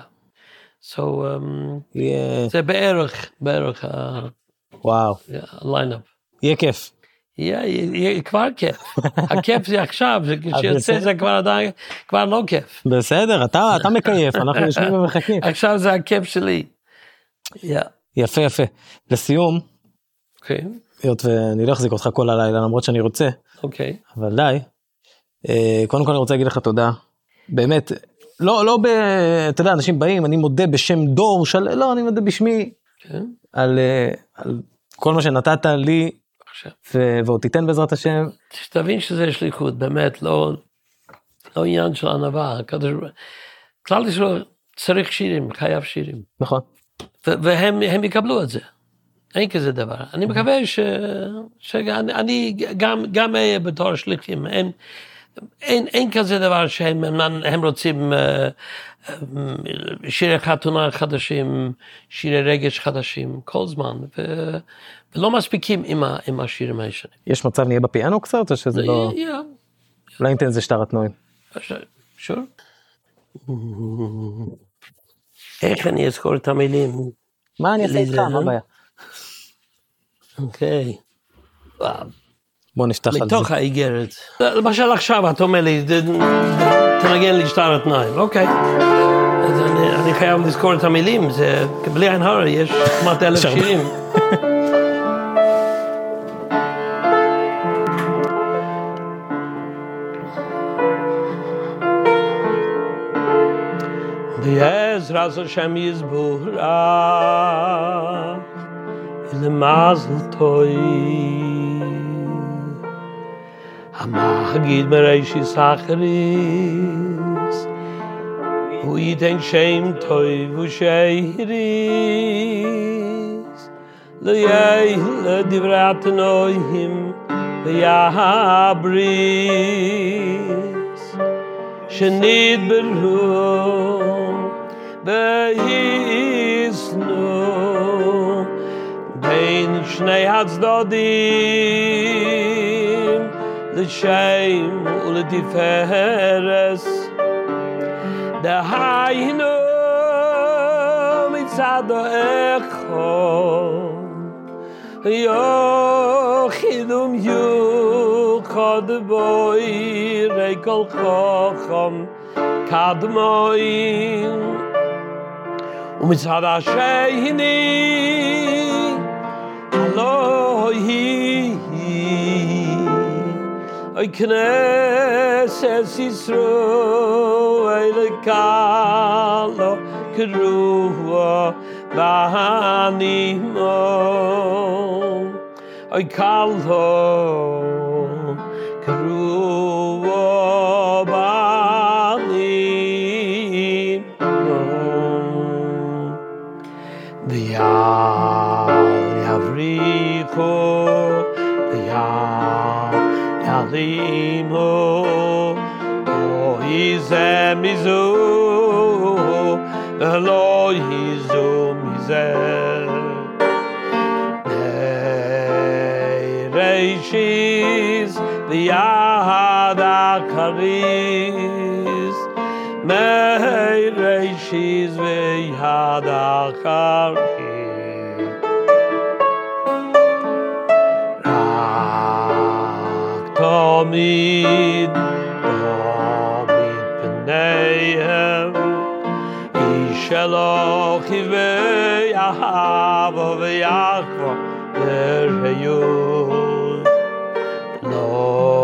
C: זה בערך
B: וואו.
C: הליינאפ.
B: יהיה כיף.
C: יהיה כבר כיף. הכיף זה עכשיו, כשיוצא זה כבר לא כיף.
B: בסדר, אתה מקייף, אנחנו יושבים ומחכים.
C: עכשיו זה הכיף שלי.
B: יפה. לסיום, היות ואני לא אחזיק אותך כל הלילה, למרות שאני רוצה, אבל די, קודם כל אני רוצה להגיד לך תודה, באמת, לא אתה יודע, אנשים באים, אני מודה בשם דור, לא, אני מודה בשמי, על כל מה שנתת לי, ועוד תיתן בעזרת השם.
C: שתבין שזה שליחות, באמת, לא עניין של ענווה, כלל ישראל צריך שירים, חייב שירים.
B: נכון.
C: והם יקבלו את זה. אין כזה דבר. אני מקווה שאני גם אהיה בתור שליחים. אין כזה דבר שהם רוצים שירי חתונה חדשים, שירי רגש חדשים, כל זמן. ולא מספיקים עם השירים הישנים.
B: יש מצב נהיה בפיאנו קצת, או שזה לא... אולי ניתן איזה שטר התנועים.
C: שור. איך אני אזכור את המילים?
B: מה אני אעשה איתך? מה הבעיה?
C: אוקיי.
B: בוא נפתח על זה.
C: מתוך האיגרת. למשל עכשיו, אתה אומר לי, תנגן לי שטר התנועים. אוקיי. אז אני חייב לזכור את המילים, זה בלי עין הרע, יש כמעט 1,000 שירים. בעזרת השם יזבורך, למזל טוב. המגיד מראשית אחריס, הוא ייתן שם טוב ושייריס, ליהי לדברי התנועים ויעבריס, שנדברו ויסנו בין שני הצדדים לשם ולתפארס, דהיינו מצד האחד יחידום יוחד בוי כל חכם קדמון, ומצד השני אלוהי אוי כנסת ישראל קלו קרוע בנימו, אוי קלו קרוע בנימו, יבריחו יעלימו, לא יזה מזו ולא יזו מזה, reishis v'yad akaris mei reishis v'yad akaris rak tomid pneihem Shalach ve'ahav ve'yachva ve'reyud Lo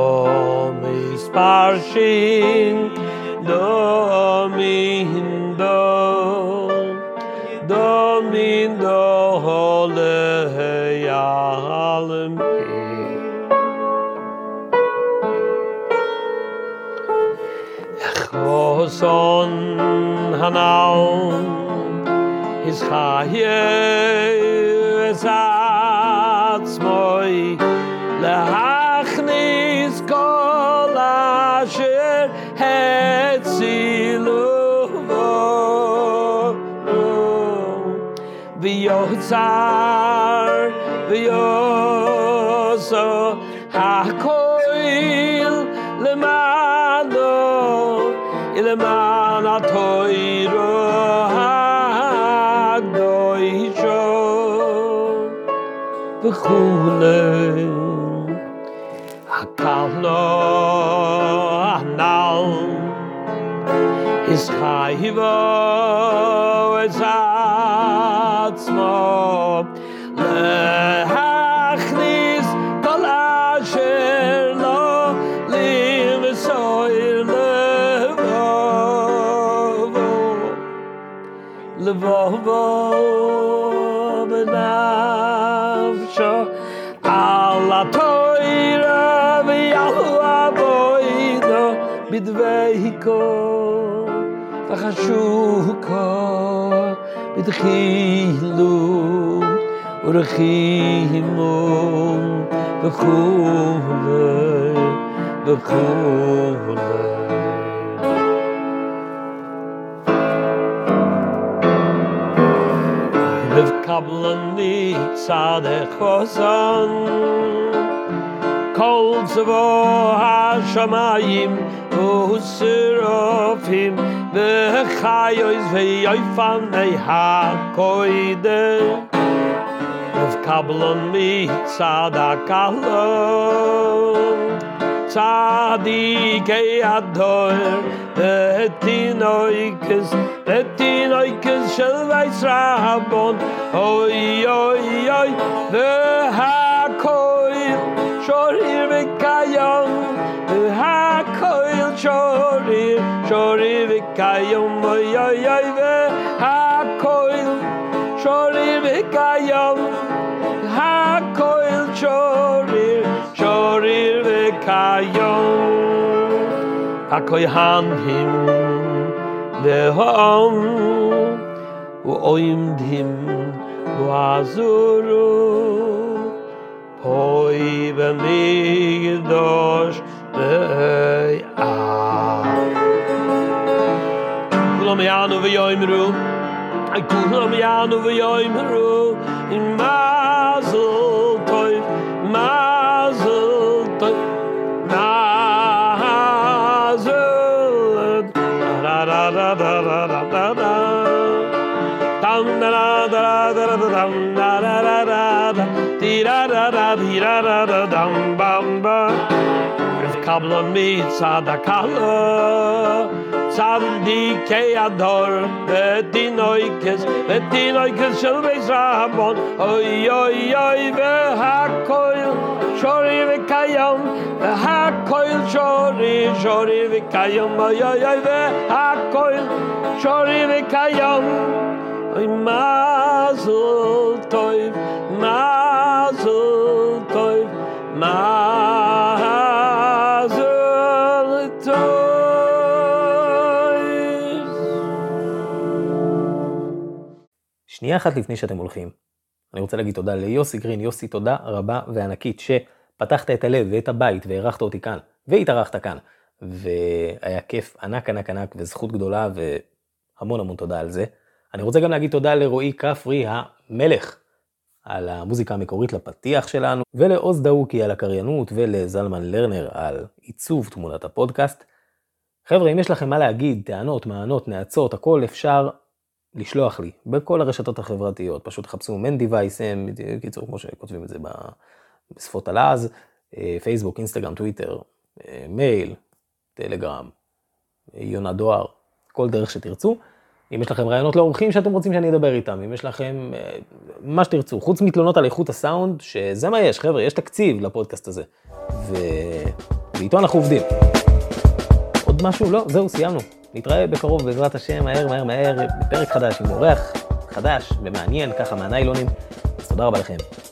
C: misparshin do mindo le'yalem Choson hanal his chayes atzmoi lehachnis kol asher hetzilu v'yotzar v'yoso hakoil lemano ilman atoiro hagdoisho v'chule hakalno anal his chayvo ezatzmo lehachnis kol asher lo limsoir Levovo benavsho ala toira v'yahu avoido bidveiko v'chashuko bidchilu urechimu v'chule Kablan tzadech hosan Kol tzavo hashamayim u'serofim v'chayois v'yoifanei hakoidem Kablan tzadach alon Tzadikei ador Etinoikes shel Vaisrabon Oy oy oy V'hakoil shorir v'kayom V'hakoil shorir v'kayom Oy oy oy V'hakoil shorir v'kayom V'hakoil shorir v'kayom Hakoyhanhim V'hom U'oimdim U'azuru Poi V'migdosh V'yah Kulam Yanu V'yoimru Kulam Yanu V'yoimru In Mazel Tov Mazel Tov Kabla mitzadakala Tzadikei ador V'tinoikes shel Vaisrabon Oy oy oy V'hakoil shori v'kayom V'hakoil shori v'kayom Oy oy oy V'hakoil shori v'kayom Oy mazel tov mazel tov mazel tov
B: שנייה אחת לפני שאתם הולכים, אני רוצה להגיד תודה ליוסי גרין. יוסי, תודה רבה וענקית שפתחת את הלב ואת הבית והערכת אותי כאן והתארחת כאן, והיה כיף ענק ענק ענק וזכות גדולה והמון המון תודה על זה. אני רוצה גם להגיד תודה לרועי כפרי המלך, על המוזיקה המקורית לפתיח שלנו, ולעוז דאוקי על הקריינות, ולזלמן לרנר על עיצוב תמונת הפודקאסט. חבר'ה, אם יש לכם מה להגיד, טענות, מענות, נעצות, הכל אפשר לשלוח לי בכל הרשתות החברתיות. פשוט חפשו מנדי וייס, קיצור, כמו שכותבים את זה בשפות הלעז, פייסבוק, אינסטגרם, טוויטר, מייל, טלגרם, יונת דואר, כל דרך שתרצו. אם יש לכם רעיונות לאורחים שאתם רוצים שאני אדבר איתם, אם יש לכם מה שתרצו, חוץ מתלונות על איכות הסאונד, שזה מה יש, חבר'ה, יש תקציב לפודקאסט הזה. ואיתו אנחנו עובדים. עוד משהו? לא, זהו, סיימנו. נתראה בקרוב בעזרת השם, מהר, בפרק חדש, עם אורח חדש ומעניין, ככה מהניילונים. אז תודה רבה לכם.